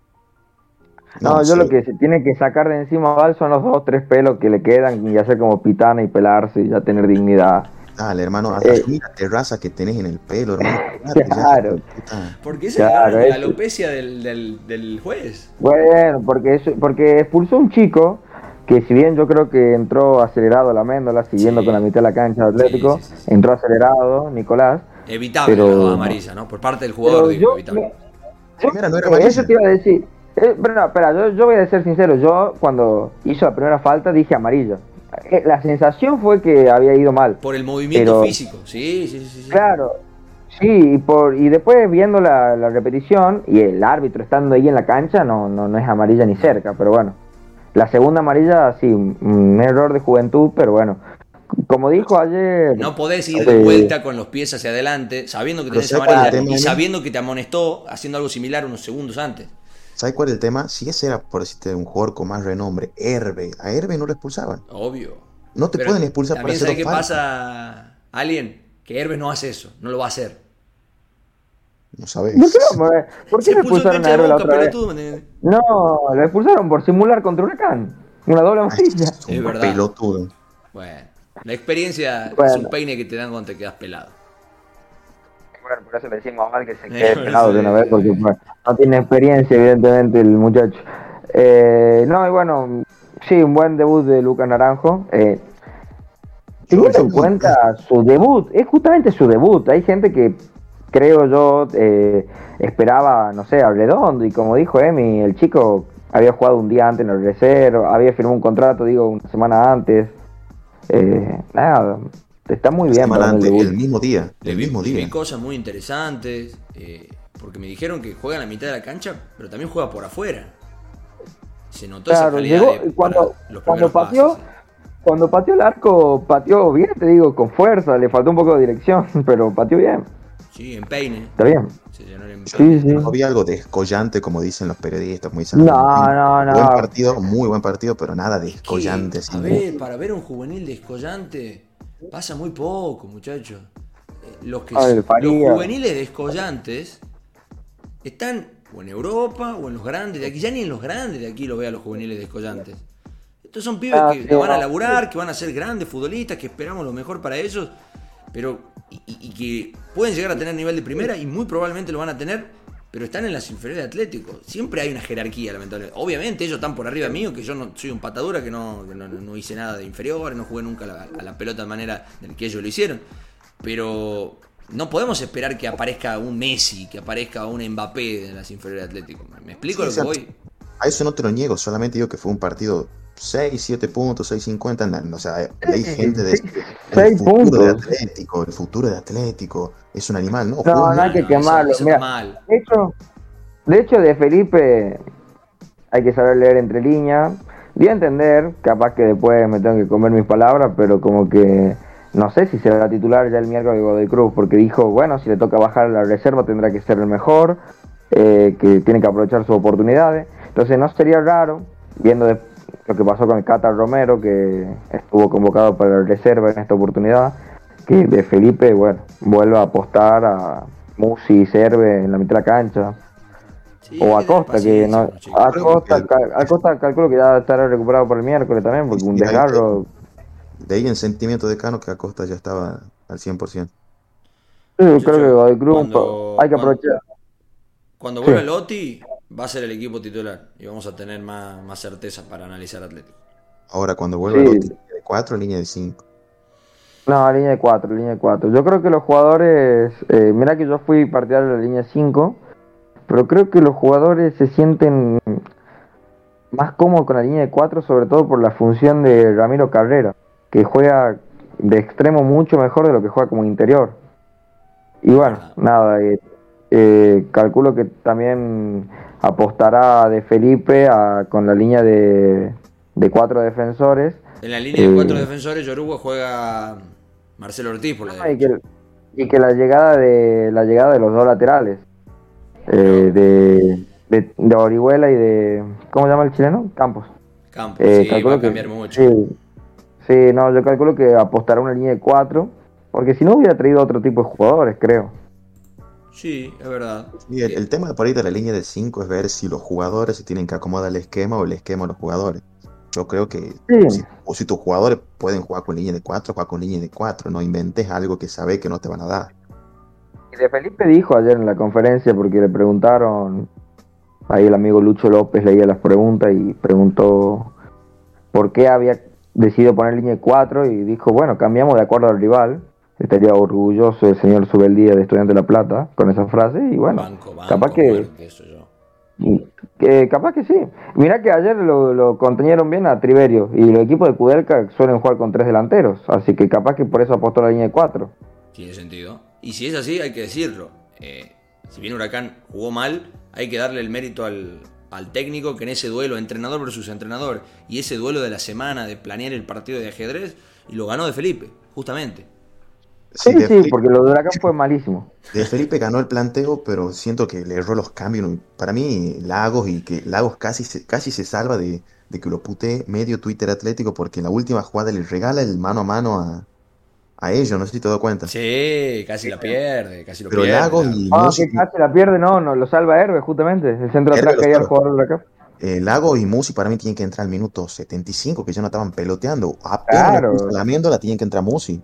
No, yo
sí.
lo que se tiene que sacar de encima a Val son los dos, tres pelos que le quedan y hacer como pitana y pelarse y ya tener dignidad.
Dale, hermano,
Eh.
asumí la terraza que tenés en el pelo, hermano. Cuidate ya,
Claro.
puta.
Porque esa
Claro,
es la
eso.
alopecia del, del, del juez.
Bueno, porque eso, porque expulsó un chico que si bien yo creo que entró acelerado a la Méndola, siguiendo
Sí.
con la mitad de la cancha de Atlético,
Sí, sí, sí, sí.
entró acelerado, Nicolás.
Evitable
Pero-
la dos amarillas, ¿no? Por parte del jugador,
Pero
digo,
yo,
evitable.
Primera no era
Eh,
amarilla.
Eso te iba a decir. Eh, pero no, espera, yo, yo voy a ser sincero. Yo, cuando hizo la primera falta, dije amarilla. Eh, La sensación fue que había ido mal.
Por el movimiento
Pero-
físico. Sí, sí, sí, sí.
Claro. Sí, y, por, y después viendo la, la repetición y el árbitro estando ahí en la cancha, no, no, no es amarilla ni cerca, pero bueno. La segunda amarilla, sí, un, un error de juventud, pero bueno. C- Como dijo ayer...
No podés ir de
eh,
vuelta con los pies hacia adelante, sabiendo que
Pero
tenés
¿sabes cuál es
amarilla
el tema,
y
Emi?
sabiendo que te amonestó haciendo algo similar unos segundos antes.
¿Sabes cuál es el tema? Si ese era, por decirte, un jugador con más renombre, Herbe, a Herbe no lo expulsaban.
Obvio.
No te
Pero
pueden expulsar para
también
hacer
sabes qué
dos faltas.
pasa, Alien, que Herbes no hace eso, no lo va a hacer.
No sabes.
¿Por qué, vamos a ver? ¿Por
Se
qué le
puso en
expulsaron
cancha
a
de
Herbe la
Boca,
otra vez?
pelotudo, ¿me entendés?
No, lo expulsaron por simular contra Huracán. Una doble
Ay,
amarilla.
es un
Es verdad.
pelotudo.
Bueno, la experiencia es
Bueno.
un peine que te dan cuando te quedas pelado.
Bueno, por eso le decimos a Val que se
Eh,
quede
por
pelado
eso
de una
le-
vez, porque bueno, no tiene experiencia, evidentemente, el muchacho. Eh, no, y bueno, sí, un buen debut de Lucas Naranjo. Eh, teniendo en cuenta su debut, es justamente su debut. Hay gente que, creo yo, eh, esperaba, no sé, a Redondo, y como dijo Emi, el chico había jugado un día antes en el reserva, había firmado un contrato, digo, una semana antes. Eh, nada, está muy
La
bien
semana
para el
antes,
debut.
el mismo día.
Le
El
vi,
mismo
le vi
día.
cosas muy interesantes, eh, porque me dijeron que juega en la mitad de la cancha, pero también juega por afuera. Se notó esa
Claro,
calidad
llegó,
de-
cuando,
para los
cuando
primeros
pateó,
pases.
cuando pateó el arco, pateó bien, te digo, con fuerza, le faltó un poco de dirección, pero pateó bien,
Sí, en peine.
está bien.
Se llenó el
Sí,
empeine.
sí.
No había algo descollante, como dicen los periodistas, como dicen
No,
los
no, no.
Buen partido, muy buen partido, pero nada
Que,
descollante. así.
a ver, para ver un juvenil descollante pasa muy poco, muchachos. Eh, Los, que,
A ver,
los
Faría.
juveniles descollantes están o en Europa o en los grandes de aquí. Ya ni en los grandes de aquí los veo a los juveniles descollantes. Estos son pibes
Ah,
que
sí,
la van a
no.
laburar, que van a ser grandes futbolistas, que esperamos lo mejor para ellos, pero y, y- y que pueden llegar a tener nivel de primera y muy probablemente lo van a tener, pero están en las inferiores de Atlético. Siempre hay una jerarquía, lamentablemente. Obviamente ellos están por arriba mío, que yo no soy un patadura, que no, que no, no hice nada de inferior, no jugué nunca a la, a la pelota de manera en que ellos lo hicieron. Pero no podemos esperar que aparezca un Messi, que aparezca un Mbappé en las inferiores de Atlético. ¿Me explico
Sí,
lo
o sea,
que voy?
A eso no te lo niego, solamente digo que fue un partido seis, siete puntos, seis cincuenta. O sea, hay gente de
Sí,
el
seis
futuro de
puntos.
Atlético, el futuro de Atlético es un animal, ¿no?
No,
Juega
no hay
muy-
que
eso-
quemarlo.
eso
Mira,
está mal.
De hecho, de hecho, de Felipe hay que saber leer entre líneas. Voy a entender, capaz que después me tengo que comer mis palabras, pero como que no sé si será titular ya el miércoles de Godoy Cruz, porque dijo, bueno, si le toca bajar a la reserva tendrá que ser el mejor, eh, que tiene que aprovechar sus oportunidades. Entonces no sería raro, viendo de- lo que pasó con el Cata Romero, que estuvo convocado para la reserva en esta oportunidad, que de Felipe, bueno, vuelva a apostar a Musi y Serve en la mitad de la cancha.
Sí,
O
hay que tener
Acosta, que no,
paciencia, chicos.
Acosta, cal- Acosta calculo que ya estará recuperado para el miércoles también, porque un
Sí, hay
desgarro.
De ahí en sentimiento de Cano que Acosta ya estaba al cien por ciento.
Sí, creo
Muchacho,
que Godoy Cruz
cuando-
hay que
cuando-
aprovechar.
Cuando
Sí.
vuelva Lotti, va a ser el equipo titular y vamos a tener más, más certeza para analizar Atlético.
Ahora, cuando vuelva
Sí.
el otro, línea de cuatro, línea de cinco.
No, línea de cuatro, línea de cuatro. Yo creo que los jugadores, eh, mira que yo fui partidario de la línea cinco, pero creo que los jugadores se sienten más cómodos con la línea de cuatro, sobre todo por la función de Ramiro Carrera, que juega de extremo mucho mejor de lo que juega como interior. Y bueno, nada, eh, eh, calculo que también apostará de Felipe a, con la línea de, de cuatro defensores.
En la línea de
eh,
cuatro defensores, Yoruba juega Marcelo Ortiz por la
y,
derecha.
que, y que la llegada de la llegada de los dos laterales, eh, de, de, de Orihuela y de... ¿Cómo se llama el chileno? Campos.
Campos,
Eh,
sí, va a
que,
cambiar mucho.
Sí, sí, no, yo calculo que apostará una línea de cuatro, porque si no hubiera traído otro tipo de jugadores, creo.
Sí, es verdad.
Y el, el tema de por ahí de la línea de cinco es ver si los jugadores se tienen que acomodar al esquema o el esquema a los jugadores. Yo creo que
Sí.
si, o si tus jugadores pueden jugar con línea de cuatro, juega con línea de cuatro. No inventes algo que sabes que no te van a dar.
Y de Felipe dijo ayer en la conferencia, porque le preguntaron, ahí el amigo Lucho López leía las preguntas y preguntó por qué había decidido poner línea de cuatro y dijo, bueno, cambiamos de acuerdo al rival. Estaría orgulloso el señor Subeldía de Estudiante de La Plata con esa frase y bueno,
Banco, banco,
capaz que...
bueno, que eso yo.
Y, que capaz que sí. Mirá que ayer lo, lo contenieron bien a Triverio y los equipos de Kudelka suelen jugar con tres delanteros, así que capaz que por eso apostó la línea de cuatro.
Tiene sentido. Y si es así, hay que decirlo. Eh, si bien Huracán jugó mal, hay que darle el mérito al, al técnico que en ese duelo, entrenador versus entrenador, y ese duelo de la semana de planear el partido de ajedrez, y lo ganó de Felipe, justamente.
Sí,
de
sí,
Felipe,
porque lo de Huracán fue malísimo.
de Felipe ganó el planteo, pero siento que le erró los cambios. Para mí, Lagos y que Lagos casi se, casi se salva de, de que lo putee medio Twitter Atlético porque en la última jugada le regala el mano a mano a, a ellos, no sé si te das cuenta.
Sí, casi la pierde, casi lo
Pero
pierde.
Lagos
Lagos.
y
Ah,
Musi,
que casi la pierde, no, no, lo salva Herbe justamente, el centro
Herbe
atrás
lo
que hay al
salva.
jugador de Huracán.
eh, Lagos y Musi para mí tienen que entrar al minuto setenta y cinco, que ya no estaban peloteando. Apenas
Claro.
lo puso la miéndola, tienen que entrar Musi.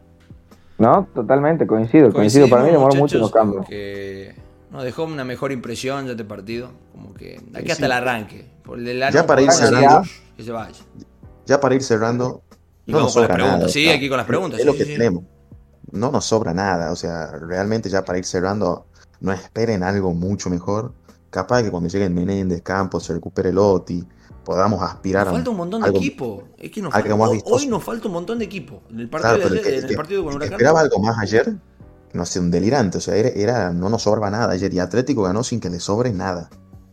No, totalmente, coincido, coincido, para mí demoró mucho los cambios.
Que nos dejó una mejor impresión ya este partido, como que de aquí
Sí,
hasta
sí.
el arranque. Por el de la
Ya
no,
para ir
por el
cerrando.
que se vaya.
Ya para ir cerrando,
Y
no
vamos
nos
con las
sobra
preguntas,
nada.
sí,
o sea,
aquí con las preguntas,
Es
sí,
lo
sí,
que
sí.
tenemos. No nos sobra nada. O sea, realmente ya para ir cerrando, no esperen algo mucho mejor. Capaz que cuando lleguen Menéndez, Campos, se recupere Lotti, podamos aspirar
Nos
a
falta un montón de
algo,
equipo. Es que nos
algo
falta,
más
hoy,
vistoso.
hoy nos falta un montón de equipo. En el partido
Claro,
de
pero el
ayer,
que,
en
el
el
que-
partido con
el que
Huracán.
esperaba algo más ayer, no sé, un delirante. O sea, era, era- no nos sobraba nada ayer. Y Atlético ganó sin que le sobre nada.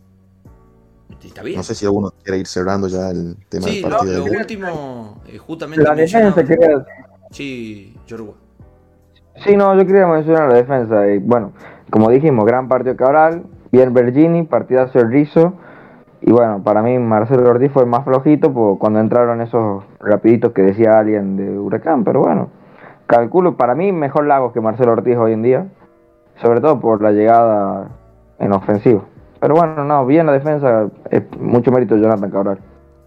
Está bien.
No sé si alguno quiere ir cerrando ya el tema
Sí,
del
lo,
partido
lo
de ayer.
último, eh, justamente
La defensa
mencionaba.
quería...
Sí, Yoruba.
Sí, no, yo quería mencionar la defensa. Y bueno, como dijimos, gran partido de Cabral, bien Bergini, partidazo de Rizzo. Y bueno, para mí Marcelo Ortiz fue el más flojito pues, cuando entraron esos rapiditos que decía alguien de Huracán. Pero bueno, calculo, para mí mejor Lagos que Marcelo Ortiz hoy en día. Sobre todo por la llegada en ofensivo. Pero bueno, no, bien la defensa, es mucho mérito de Jonathan Cabral.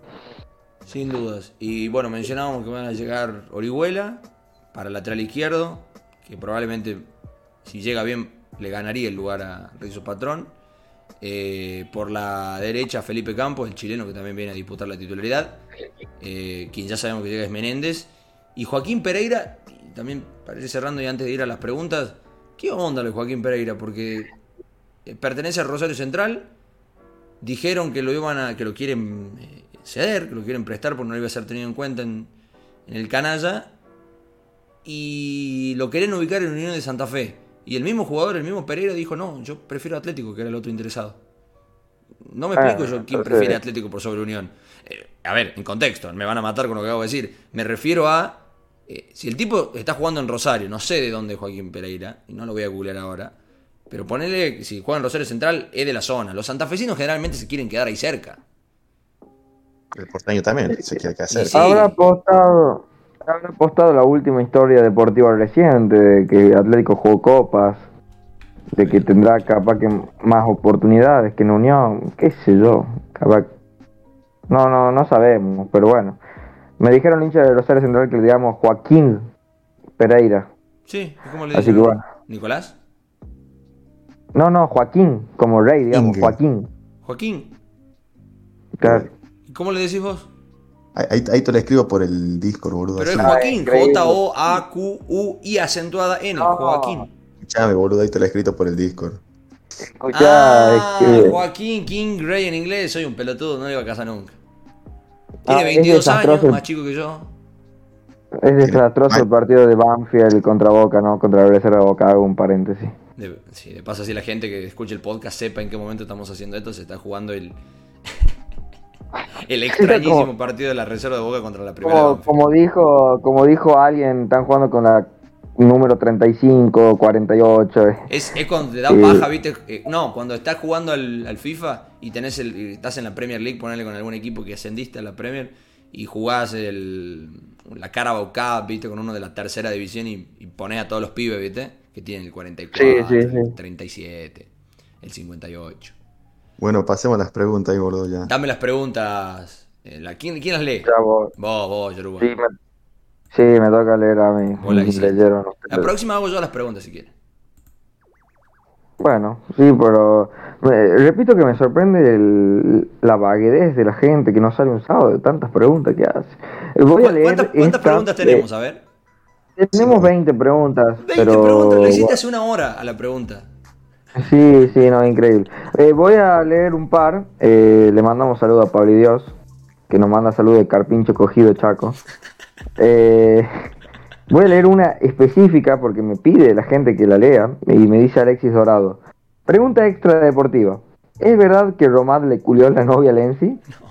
Sin dudas. Y bueno, mencionábamos que van a llegar Orihuela para el lateral izquierdo, que probablemente, si llega bien, le ganaría el lugar a Rizzo Patrón. Eh, por la derecha, Felipe Campos, el chileno que también viene a disputar la titularidad. Eh, quien ya sabemos que llega es Menéndez. Y Joaquín Pereira, y también para ir cerrando y antes de ir a las preguntas, ¿qué onda lo de Joaquín Pereira? Porque eh, pertenece al Rosario Central. Dijeron que lo iban a, que lo quieren eh, ceder, que lo quieren prestar porque no iba a ser tenido en cuenta en, en el Canalla. Y lo quieren ubicar en Unión de Santa Fe. Y el mismo jugador, el mismo Pereira, dijo, no, yo prefiero Atlético, que era el otro interesado. No me explico
Ah,
yo quién
entonces-
prefiere Atlético por sobre Unión. Eh, a ver, en contexto, me van a matar con lo que acabo de decir. Me refiero a, eh, si el tipo está jugando en Rosario, no sé de dónde es Joaquín Pereira, y no lo voy a googlear ahora, pero ponele, si juega en Rosario Central, es de la zona. Los santafesinos generalmente se quieren quedar ahí cerca.
El porteño también se quiere que hacer.
Y sí.
Habrá apostado, habrá apostado la última historia deportiva reciente, de que Atlético jugó copas, de que tendrá capaz que más oportunidades que en Unión, qué sé yo, capaz. No, no, no sabemos, pero bueno. Me dijeron hinchas de Rosario Central que le digamos Joaquín Pereira.
Sí, ¿y cómo le
Así
dicen?
que bueno.
¿Nicolás?
No, no, Joaquín, como rey, digamos,
Inge.
Joaquín.
¿Joaquín?
Claro.
¿Y cómo le decís vos?
Ahí, ahí- ahí te lo escribo por el Discord, boludo.
Pero es
así.
Joaquín,
increíble.
J O A Q U I acentuada N,
No.
Joaquín.
Escuchame, boludo, ahí te lo he escrito por el Discord.
Escuchá,
Ah,
es que-
Joaquín King Gray en inglés, soy un pelotudo, no le iba a casa nunca. Tiene
Ah, es
veintidós años,
desastroso.
más chico que yo.
Es desastroso el partido de Banfield contra Boca, ¿no? Contra la Reserva de Boca, hago un paréntesis.
De, sí, de paso, así la gente que escuche el podcast sepa en qué momento estamos haciendo esto. Se está jugando el el extrañísimo como, partido de la Reserva de Boca contra la Primera.
Como, como dijo como dijo alguien, están jugando con la número treinta y cinco, cuarenta y ocho.
Es, es cuando te da paja, ¿viste? Eh, no, cuando estás jugando al, al FIFA y tenés el, estás en la Premier League, ponele con algún equipo que ascendiste a la Premier y jugás el, la Carabao Cup, ¿viste? Con uno de la tercera división y, y ponés a todos los pibes, ¿viste? Que tienen el cuarenta y cuatro, sí, sí, sí. el treinta y siete, el cincuenta y ocho.
Bueno, pasemos a las preguntas ahí, gordo, ya.
Dame las preguntas. Eh, la, ¿quién, ¿Quién las lee?
Ya, vos.
Vos, vos, Yoruba.
Sí, me, sí, me toca leer a mí.
La,
leyeron,
la próxima hago yo las preguntas si quieres.
Bueno, sí, pero me, repito que me sorprende el, la vaguedad de la gente que no sale un sábado de tantas preguntas que hace. Voy a leer
¿Cuántas, ¿cuántas preguntas tenemos? A ver.
Tenemos veinte preguntas.
veinte
pero...
preguntas, lo hiciste hace una hora a la pregunta.
Sí, sí, no, increíble. Eh, voy a leer un par. Eh, le mandamos saludo a Pablo y Dios, que nos manda saludo de Carpincho Cogido Chaco. Eh, voy a leer una específica porque me pide la gente que la lea y me dice Alexis Dorado. Pregunta extra deportiva. ¿Es verdad que Romad le culió la novia a Lenzi?
No.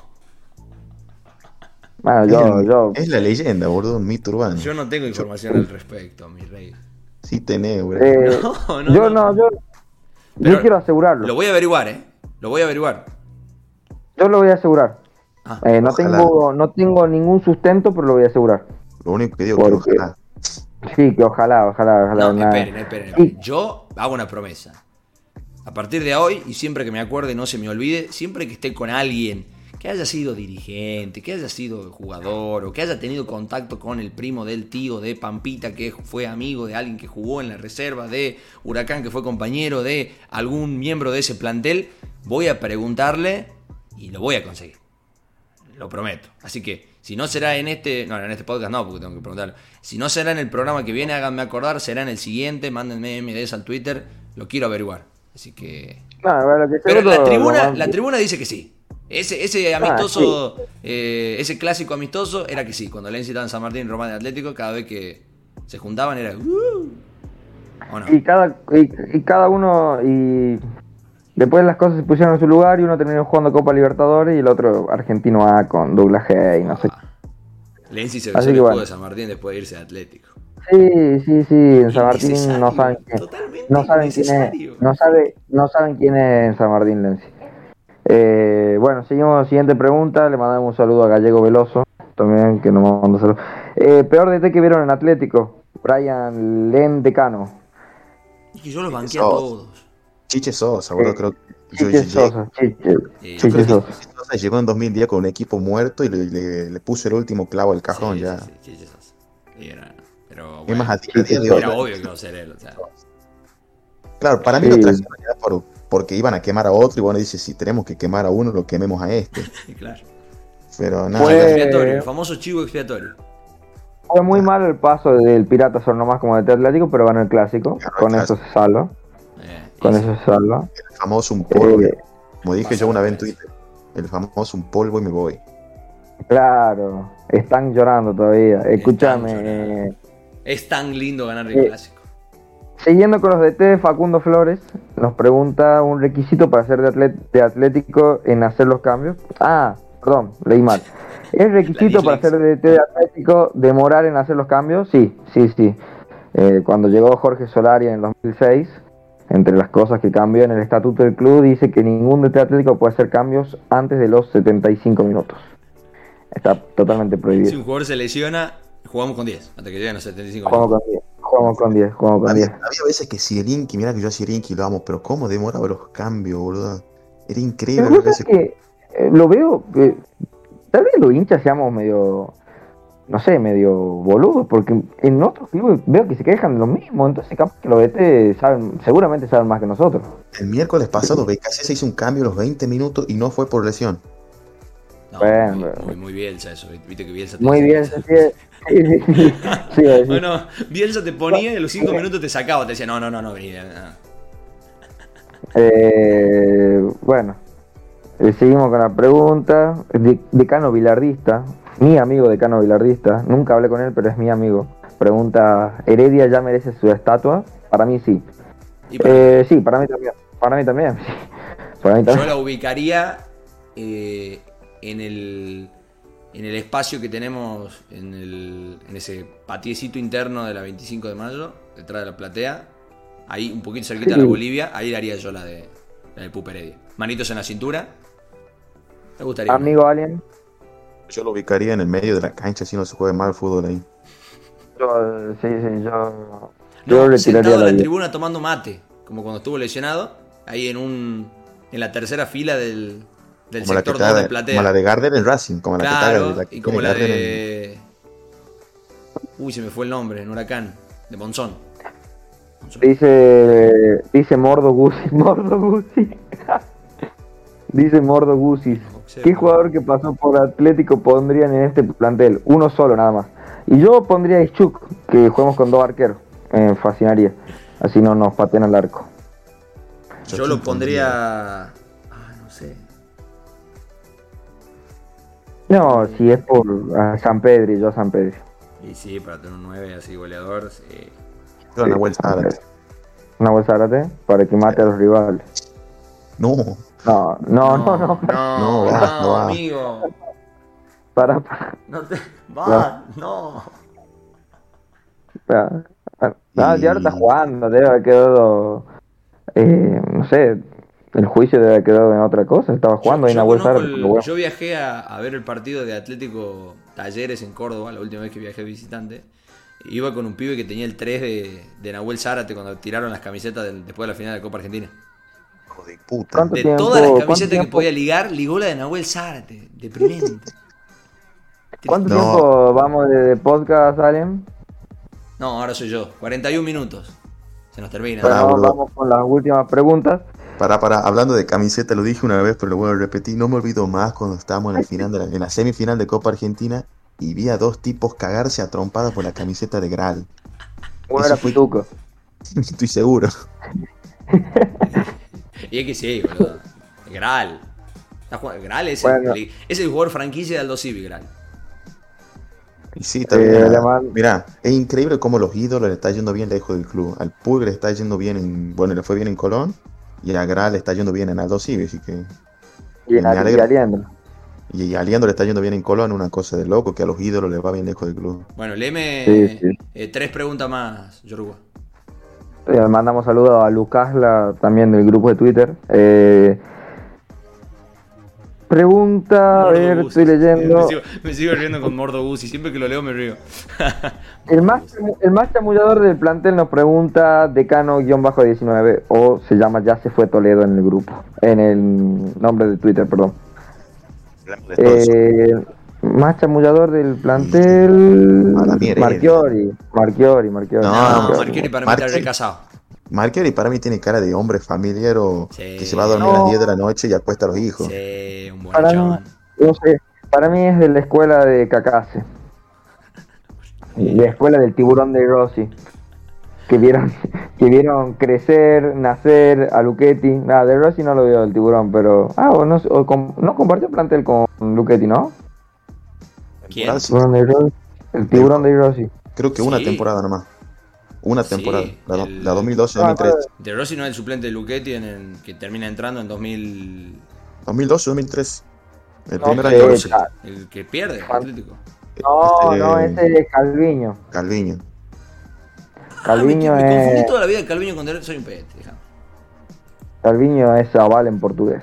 Bueno, yo,
es,
yo...
es la leyenda, boludo, un mito urbano.
Yo no tengo información yo... al respecto, mi rey.
Sí tenés, güey.
Eh,
no, no,
yo
no,
no, yo... Yo quiero asegurarlo.
Lo voy a averiguar, ¿eh? Lo voy a averiguar.
Yo lo voy a asegurar.
Ah,
eh, no, tengo, no tengo ningún sustento, pero lo voy a asegurar.
Lo único que digo es que ojalá.
Sí, que ojalá, ojalá, ojalá.
No, nada. esperen, esperen. esperen. Yo hago una promesa. A partir de hoy, y siempre que me acuerde, no se me olvide, siempre que esté con alguien que haya sido dirigente, que haya sido jugador, o que haya tenido contacto con el primo del tío de Pampita, que fue amigo de alguien que jugó en la reserva de Huracán, que fue compañero de algún miembro de ese plantel, voy a preguntarle y lo voy a conseguir. Lo prometo. Así que, si no será en este, no, en este podcast no, porque tengo que preguntarlo. Si no será en el programa que viene, háganme acordar, será en el siguiente, mándenme M Ds al Twitter, lo quiero averiguar. Así que...
No, bueno, que
Pero la tribuna,
lo...
la tribuna dice que sí. Ese, ese amistoso, ah, sí. eh, ese clásico amistoso era que sí. Cuando Lenzi estaba en San Martín y Román de Atlético, cada vez que se juntaban era... Uh, ¿o no?
Y cada, y, y cada uno... y después las cosas se pusieron en su lugar y uno terminó jugando Copa Libertadores y el otro Argentino A con Douglas G y no sé.
Lenzi se besó el escudo de San Martín después de irse a Atlético.
Sí, sí, sí, en San Martín no saben quién, no saben quién es, no sabe, no saben quién es en San Martín Lenzi. Eh, bueno, seguimos, siguiente pregunta, le mandamos un saludo a Gallego Veloso, también que nos mandó saludos. Eh, peor D T que vieron en Atlético, Brian Lendecano.
Es que yo los banqué a todos.
Chiche Sosa, boludo, eh, creo que
Chiche yo, Sosa, Chiche,
eh, Chiche Sosa. Sosa llegó en dos mil diez con un equipo muerto y le, le, le puso el último clavo al cajón, sí, ya. Sí, sí, Chiche Sosa.
Y era, pero
bueno,
más
a día de hoy,
era obvio que iba a ser él, o sea.
Claro, para mí sí. Lo trajeron ya por, porque iban a quemar a otro y bueno, dice, si tenemos que quemar a uno, lo quememos a este.
Claro.
Pero nada.
Fue... expiatorio, el famoso chivo expiatorio.
Fue muy mal el paso del Pirata son nomás como de Atlético, pero ganó el clásico. Claro, con el eso clásico. Se salva. Eh, con eso se salva.
El famoso un polvo. Eh, como dije yo una vez en Twitter. El famoso un polvo y me voy.
Claro. Están llorando todavía. Escúchame.
Es tan lindo ganar el eh, clásico.
Siguiendo con los D T, Facundo Flores nos pregunta un requisito para ser de, atlet- de Atlético en hacer los cambios. Ah, perdón, leí mal. ¿Es requisito para ser D T de Atlético demorar en hacer los cambios? Sí, sí, sí. Eh, cuando llegó Jorge Solari en el dos mil seis, entre las cosas que cambió en el estatuto del club, dice que ningún D T Atlético puede hacer cambios antes de los setenta y cinco minutos. Está totalmente prohibido.
Si un jugador se lesiona, jugamos con diez, hasta que lleguen los setenta y cinco
jugamos
minutos.
Con diez, jugamos con diez, jugamos con
había,
diez.
Había veces que Zielinski, mira que yo a Zielinski lo amo, pero cómo demoraba los cambios, boludo. Era increíble.
Lo veces que eh, lo veo, eh, tal vez los hinchas seamos medio, no sé, medio boludos, porque en otros clubes veo que se quejan de lo mismo, entonces capaz que los D T saben, seguramente saben más que nosotros.
El miércoles pasado B K C se hizo un cambio a los veinte minutos y no fue por lesión.
No, bueno, muy, muy, muy Bielsa eso, viste que Bielsa te
muy Bielsa, sí, sí, sí, sí, sí, sí.
Bueno, Bielsa te ponía y a los cinco minutos te sacaba, te decía, no, no, no, no, vení.
Eh, bueno, eh, seguimos con la pregunta. De, Decano Bilardista, mi amigo decano bilardista, nunca hablé con él, pero es mi amigo. Pregunta, ¿Heredia ya merece su estatua? Para mí sí.
Y para
Eh, sí, para mí también. Para mí también. sí. Para mí
Yo
también.
la ubicaría eh, en el en el espacio que tenemos en, el, en ese patiecito interno de la veinticinco de mayo, detrás de la platea, ahí un poquito cerquita
Sí.
de la Bolivia, ahí haría yo la de la de Pupa Heredia. Manitos en la cintura. Me gustaría. ¿no?
Amigo Alien,
Yo lo ubicaría en el medio de la cancha si no se juega mal el fútbol ahí.
yo, sí, sí, yo,
No,
yo le
sentado
tiraría
en
la
la
vida.
tribuna tomando mate, como cuando estuvo lesionado, ahí en un en la tercera fila del, del
Como la, que
sector
está
dos de
de,
platea.
como la de Gardner en Racing, como la que está
Claro,
de, la que
y como
tiene
la
Gardner en-
de... Uy, se me fue el nombre, en Huracán, de Monzón. Monzón.
Dice, dice Mordo Guzzi, Mordo Guzzi. Dice Mordo Guzzi. ¿Qué jugador que pasó por Atlético pondrían en este plantel? Uno solo nada más. Y yo pondría a Ischuk, que juguemos con dos arqueros. Me fascinaría. Así no nos patean al arco.
Yo
quién
lo pondría... Ah, no sé.
No, si es por a San Pedri, yo a San Pedri.
Y sí, para tener un nueve así goleador, sí.
Yo a Nahuel Zárate.
Una bolsa Zárate para que mate a los rivales.
No,
No, no, no, no.
No,
No,
no,
va, no va.
amigo.
Para, para,
No te... Va, no.
para. para. No,
Y-
ya ahora está jugando, debe haber quedado. Eh, no sé, el juicio debe haber quedado en otra cosa. Estaba jugando
Yo,
ahí en
yo
la bolsa
conozco
Zárate.
el-
pero bueno.
yo viajé a, a ver el partido de Atlético Talleres en Córdoba, la última vez que viajé visitante. Iba con un pibe que tenía el tres de, de Nahuel Zárate cuando tiraron las camisetas del- después de la final de la Copa Argentina.
hijo de puta.
¿Cuánto
De
tiempo-
todas las
cuánto
camisetas que
tiempo-
podía ligar, ligó la de Nahuel Zárate. Deprimente.
¿Cuánto
No.
tiempo vamos de, de podcast, Allen?
No, ahora soy yo. cuarenta y un minutos. Se nos termina.
Bueno,
Ah, boludo.
vamos con las últimas preguntas.
Para, para, hablando de camiseta, lo dije una vez, pero lo vuelvo a repetir. No me olvido más cuando estábamos en la final de la, en la semifinal de Copa Argentina y vi a dos tipos cagarse a trompadas por la camiseta de Gral.
Uno
Eso
era
fue-
Pituco.
Estoy seguro.
Y es que sí, boludo. Gral. Está jugando- Gral es,
Bueno.
el, es el jugador franquicia de Aldo Civi, Gral.
Y sí, está
Eh,
bien.
le man-
Mira, es increíble cómo los ídolos le está yendo bien lejos del club. Al Pulga le está yendo bien en, bueno, le fue bien en Colón y a Gral le está yendo bien en Aldo Civi, así que
Y en
Me
Ali- y
alegro.
Aliendro.
y a Aliendo le está yendo bien en Colón, una cosa de loco que a los ídolos les va bien lejos del club.
Bueno, léeme
Sí, sí.
eh, tres preguntas más, Yoruba.
Eh, mandamos saludos a Lucasla, también del grupo de Twitter. Eh, pregunta, a
Mordo
ver,
Guzzi.
estoy leyendo.
Me sigo, me sigo riendo con Mordo Guzzi. Siempre que lo leo me río.
El más, el más chamullador del plantel nos pregunta decano-diecinueve o se llama Ya se fue Toledo en el grupo, en el nombre de Twitter, perdón.
Hablamos de todo eso.
Eh, más chamullador del plantel
Para mí Heredia.
Marchiori, Marchiori, Marchiori.
No,
No,
pero-
Marqueri para mí está
Marqueri-
recasado.
Marqueri para mí tiene cara de hombre familiar
Sí.
que se va a dormir a
No.
las diez de la noche y acuesta a los hijos.
Sí, un
Para mí,
bonachón.
no sé, para mí es de la escuela de Cacase. La escuela del tiburón de Rossi. Que vieron, que vieron crecer, nacer a Luchetti. Nada, de Rossi no lo vio el tiburón, pero. Ah, o no, o com- no compartió plantel con Luchetti, ¿no?
¿Quién?
Ah, sí,
Tiburón de Rossi. El tiburón de Rossi.
creo que una
Sí.
temporada nomás. Una
Sí,
temporada. La, do-
el-
la dos mil doce
Ah,
dos mil trece.
De Rossi no es el suplente de Luchetti en el, que termina entrando en dos mil
dos mil doce dos mil trece. El
No
primer
sé,
año de
Rossi.
catorce. El que pierde, el Atlético.
No,
Este,
no, ese es Calviño.
Calviño.
Calviño
ah, me, me
es-
confundí toda la vida de Calviño con De Rossi. Soy un pete, déjame.
Calviño es aval en portugués.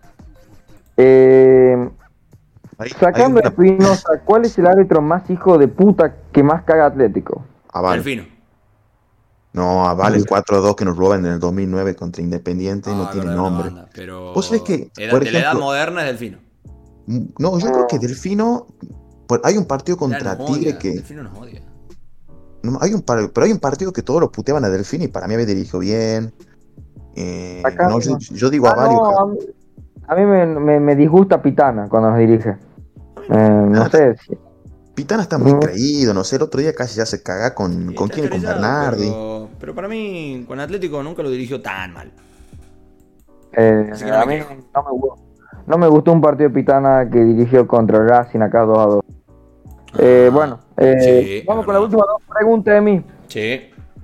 Eh,
Hay-
sacando
hay
a
una-
Espinosa, ¿cuál es el árbitro más hijo de puta que más caga Atlético?
Aval.
Delfino.
No, Aval el cuatro a dos que nos roban en el dos mil nueve contra Independiente no
Ah,
tiene
verdad, una
nombre.
banda, pero
¿Vos sabés que,
edad-
por
de la edad
ejemplo-
moderna es Delfino.
Mm, No, yo creo que Delfino. pues, hay un partido
Ya
contra
nos
Tigre
odia,
que.
Delfino nos odia.
no, hay un par- pero hay un partido que todos lo puteaban a Delfino y para mí había dirigido bien. Eh,
Acá
no, yo,
no.
yo digo
Ah,
a varios.
no, a mí, a mí me, me- me disgusta Pitana cuando nos dirige. Eh, no
Ah,
sé. si-
Pitana está muy
Mm.
creído, no sé, el otro día casi ya se caga con,
Sí,
con
está
quién, con
estrellado,
Bernardi.
Pero, pero para mí, con Atlético nunca lo dirigió tan mal.
eh,
Así que no
a
me
mí
quejo.
no me, gu- no me gustó un partido de Pitana que dirigió contra Racing acá dos a dos. Eh, bueno, eh,
Sí,
vamos
es
con la
verdad.
última dos preguntas de mí.
Sí.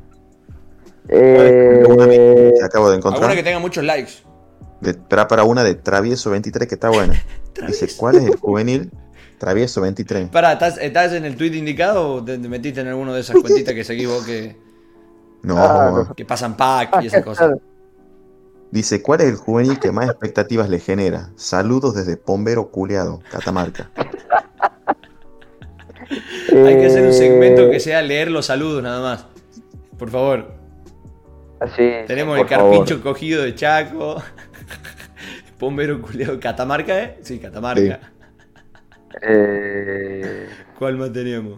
Una
Eh,
que acabo de
Alguna
encontrar.
que tenga muchos likes.
De, para, para una de Travieso veintitrés que está buena. Dice, ¿cuál es el juvenil Travieso veintitrés?
Pará, ¿estás, ¿estás en el tweet indicado o te, te metiste en alguna de esas cuentitas que seguís vos que,
No,
Claro.
que pasan pack y esas cosas?
dice, ¿cuál es el juvenil que más expectativas le genera? Saludos desde Pombero Culeado, Catamarca.
Hay que hacer un segmento
eh,
que sea leer los saludos nada más. Por favor.
sí,
Tenemos
sí,
el
por
carpincho
favor.
cogido de Chaco. Pombero culeado. ¿Catamarca, eh? Sí, Catamarca.
Eh,
¿Cuál más teníamos?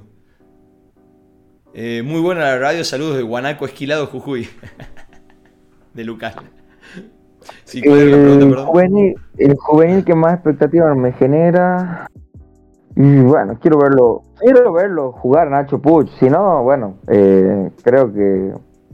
Eh, muy buena la radio. Saludos de Guanaco Esquilado, Jujuy. De Lucas. Sí, ¿cuál era la pregunta,
el,
perdón?
juvenil, el juvenil que más expectativas me genera. Y bueno, quiero verlo, quiero verlo jugar Nacho Puig. Si no, bueno, eh, creo que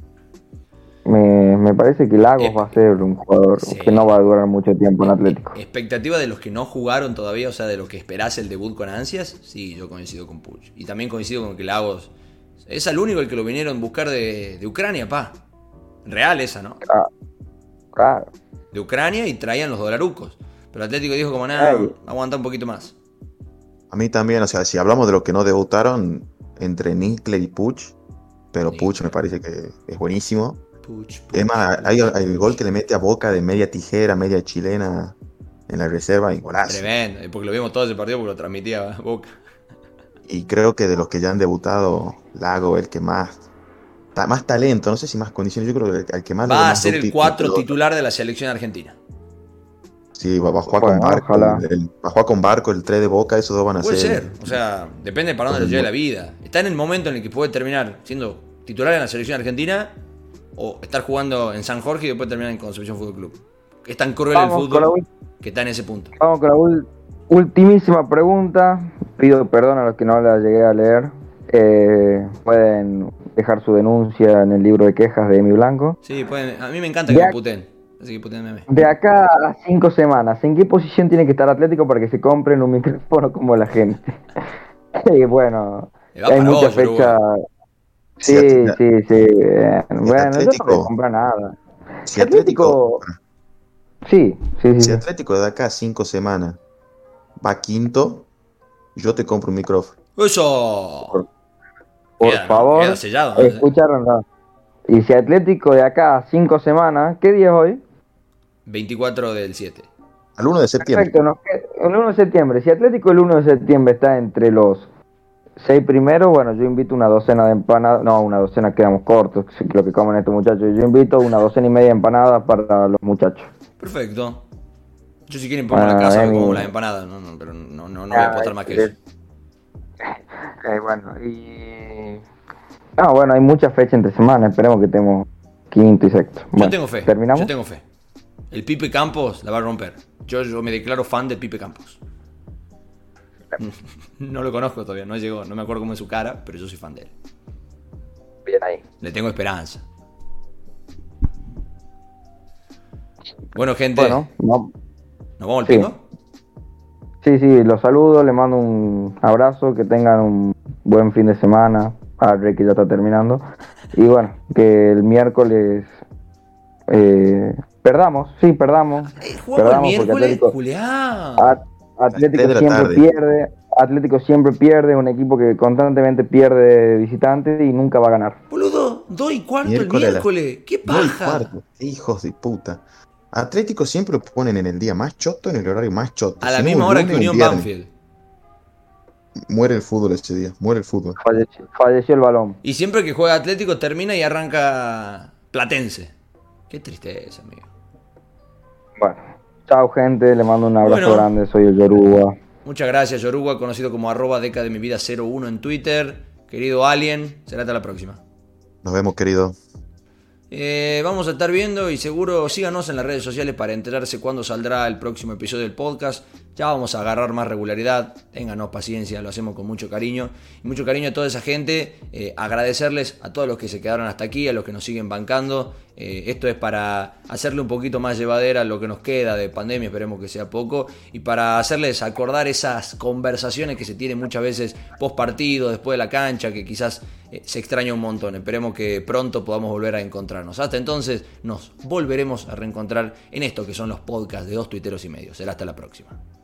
me, me parece que Lagos
Eh,
va a ser un jugador
sí.
que no va a durar mucho tiempo en Atlético.
Expectativa de los que no jugaron todavía, o sea, de los que esperás el debut con ansias, sí, yo coincido con Puig. Y también coincido con que Lagos es el único el que lo vinieron a buscar de, de Ucrania, pa. Real esa, ¿no?
Ah, claro.
De Ucrania y traían los dolarucos. Pero Atlético dijo como nada,
Ay.
aguanta un poquito más.
A mí también, o sea, si hablamos de los que no debutaron, entre Nickley y Puig, pero
Sí.
Puig me parece que es buenísimo.
Puig, Puig,
Es más,
Puig,
hay hay el
Puig.
gol que le mete a Boca de media tijera, media chilena en la reserva y golazo.
Tremendo, porque lo vimos todo ese partido porque lo transmitía Boca.
Y creo que de los que ya han debutado, Lago, el que más, ta- más talento, no sé si más condiciones, yo creo que el, el que más le ve
Va a
más
ser el
ducti-
cuatro
pero-
titular de la selección argentina.
Sí, va, va a jugar
Bueno,
con Barco,
ojalá.
el, el- va a jugar con Barco, el tres de Boca, esos dos van a
Puede
ser.
ser, o sea, depende para dónde
Los
le lleve
mo-
la vida. Está en el momento en el que puede terminar siendo titular en la selección argentina o estar jugando en San Jorge y después terminar en Concepción Fútbol Club. Es tan cruel
Vamos
el
con la
fútbol
ul-
que está en ese punto.
Vamos con la ul- ultimísima pregunta. Pido perdón a los que no la llegué a leer. Eh, pueden dejar su denuncia en el libro de quejas de Emi Blanco.
Sí, pueden, a mí me encanta que
Ya-
me puten. Así que putenme.
De acá a cinco semanas, ¿en qué posición tiene que estar Atlético para que se compren un micrófono como la gente? Y bueno,
Va
hay
para
muchas
vos, Yoruba.
fechas.
Si
Sí,
Atl-
sí, sí. eh, Bueno, yo no
Atlético-
voy a comprar nada.
Si Atlético,
Sí, sí, sí.
si
sí.
Atlético de acá a cinco semanas va quinto, yo te compro un micrófono.
¡Eso!
Por
Queda, ¿no?
favor,
Queda sellado, ¿no?
escucharon, ¿no? Y si Atlético de acá a cinco semanas, ¿qué día es hoy?
veinticuatro del siete.
Al uno de septiembre.
Perfecto, nos queda- el uno de septiembre. Si Atlético el uno de septiembre está entre los seis primeros, bueno, yo invito una docena de empanadas. No, una docena quedamos cortos, que es lo que comen estos muchachos. Yo invito una docena y media de empanadas para los muchachos.
Perfecto. Yo si quieren pongo en la
Ah,
casa
Emi.
como las empanadas, no, no, pero no, no, no voy a
Ah,
apostar más que
es-
eso.
Eh, bueno, y... Ah, bueno, hay muchas fechas entre semanas. Esperemos que estemos quinto y sexto.
Yo
Bueno,
tengo fe.
¿terminamos?
Yo tengo fe. El Pipe Campos la va a romper. Yo, yo me declaro fan del Pipe Campos. No lo conozco todavía, no llegó, no me acuerdo cómo es su cara, pero yo soy fan de él.
Bien ahí.
Le tengo esperanza. Bueno, gente,
Bueno, no-
¿nos vamos al
sí.
pingo?
Sí, sí, los saludo, les mando un abrazo, que tengan un buen fin de semana. Ah, Rey, que ya está terminando. Y bueno, que el miércoles eh, perdamos, sí, perdamos.
Eh, ¿Jugamos el
Perdamos porque
miércoles?
Atlético,
Julián.
At-
tres
Atlético
de la
siempre
tarde.
pierde. Atlético siempre pierde, un equipo que constantemente pierde de visitante y nunca va a ganar.
Boludo, dos y cuarto
Miércoles a
el
las-
miércoles. ¡Qué
No, y
paja!
cuarto. Hijos de puta. Atlético siempre lo ponen en el día más choto, en el horario más choto.
A la
Si no,
misma
un
hora
lunes
que
o un
Unión
viernes.
Banfield.
Muere el fútbol ese día, muere el fútbol.
Falleció, falleció el balón.
Y siempre que juega Atlético termina y arranca Platense. Qué tristeza, amigo.
Bueno, chao gente, le mando un abrazo
Bueno.
grande, soy el Yoruba.
Muchas gracias, Yoruba, conocido como arroba deca de mi vida cero uno en Twitter. Querido Alien, será hasta la próxima.
Nos vemos, querido.
Eh, vamos a estar viendo y seguro síganos en las redes sociales para enterarse cuándo saldrá el próximo episodio del podcast. Ya vamos a agarrar más regularidad, ténganos paciencia, lo hacemos con mucho cariño. Y mucho cariño a toda esa gente, eh, agradecerles a todos los que se quedaron hasta aquí, a los que nos siguen bancando. Eh, esto es para hacerle un poquito más llevadera lo que nos queda de pandemia, esperemos que sea poco, y para hacerles acordar esas conversaciones que se tienen muchas veces post partido, después de la cancha, que quizás eh, se extraña un montón. Esperemos que pronto podamos volver a encontrarnos. Hasta entonces nos volveremos a reencontrar en esto que son los podcasts de Dos Tuiteros y Medio. Será hasta la próxima.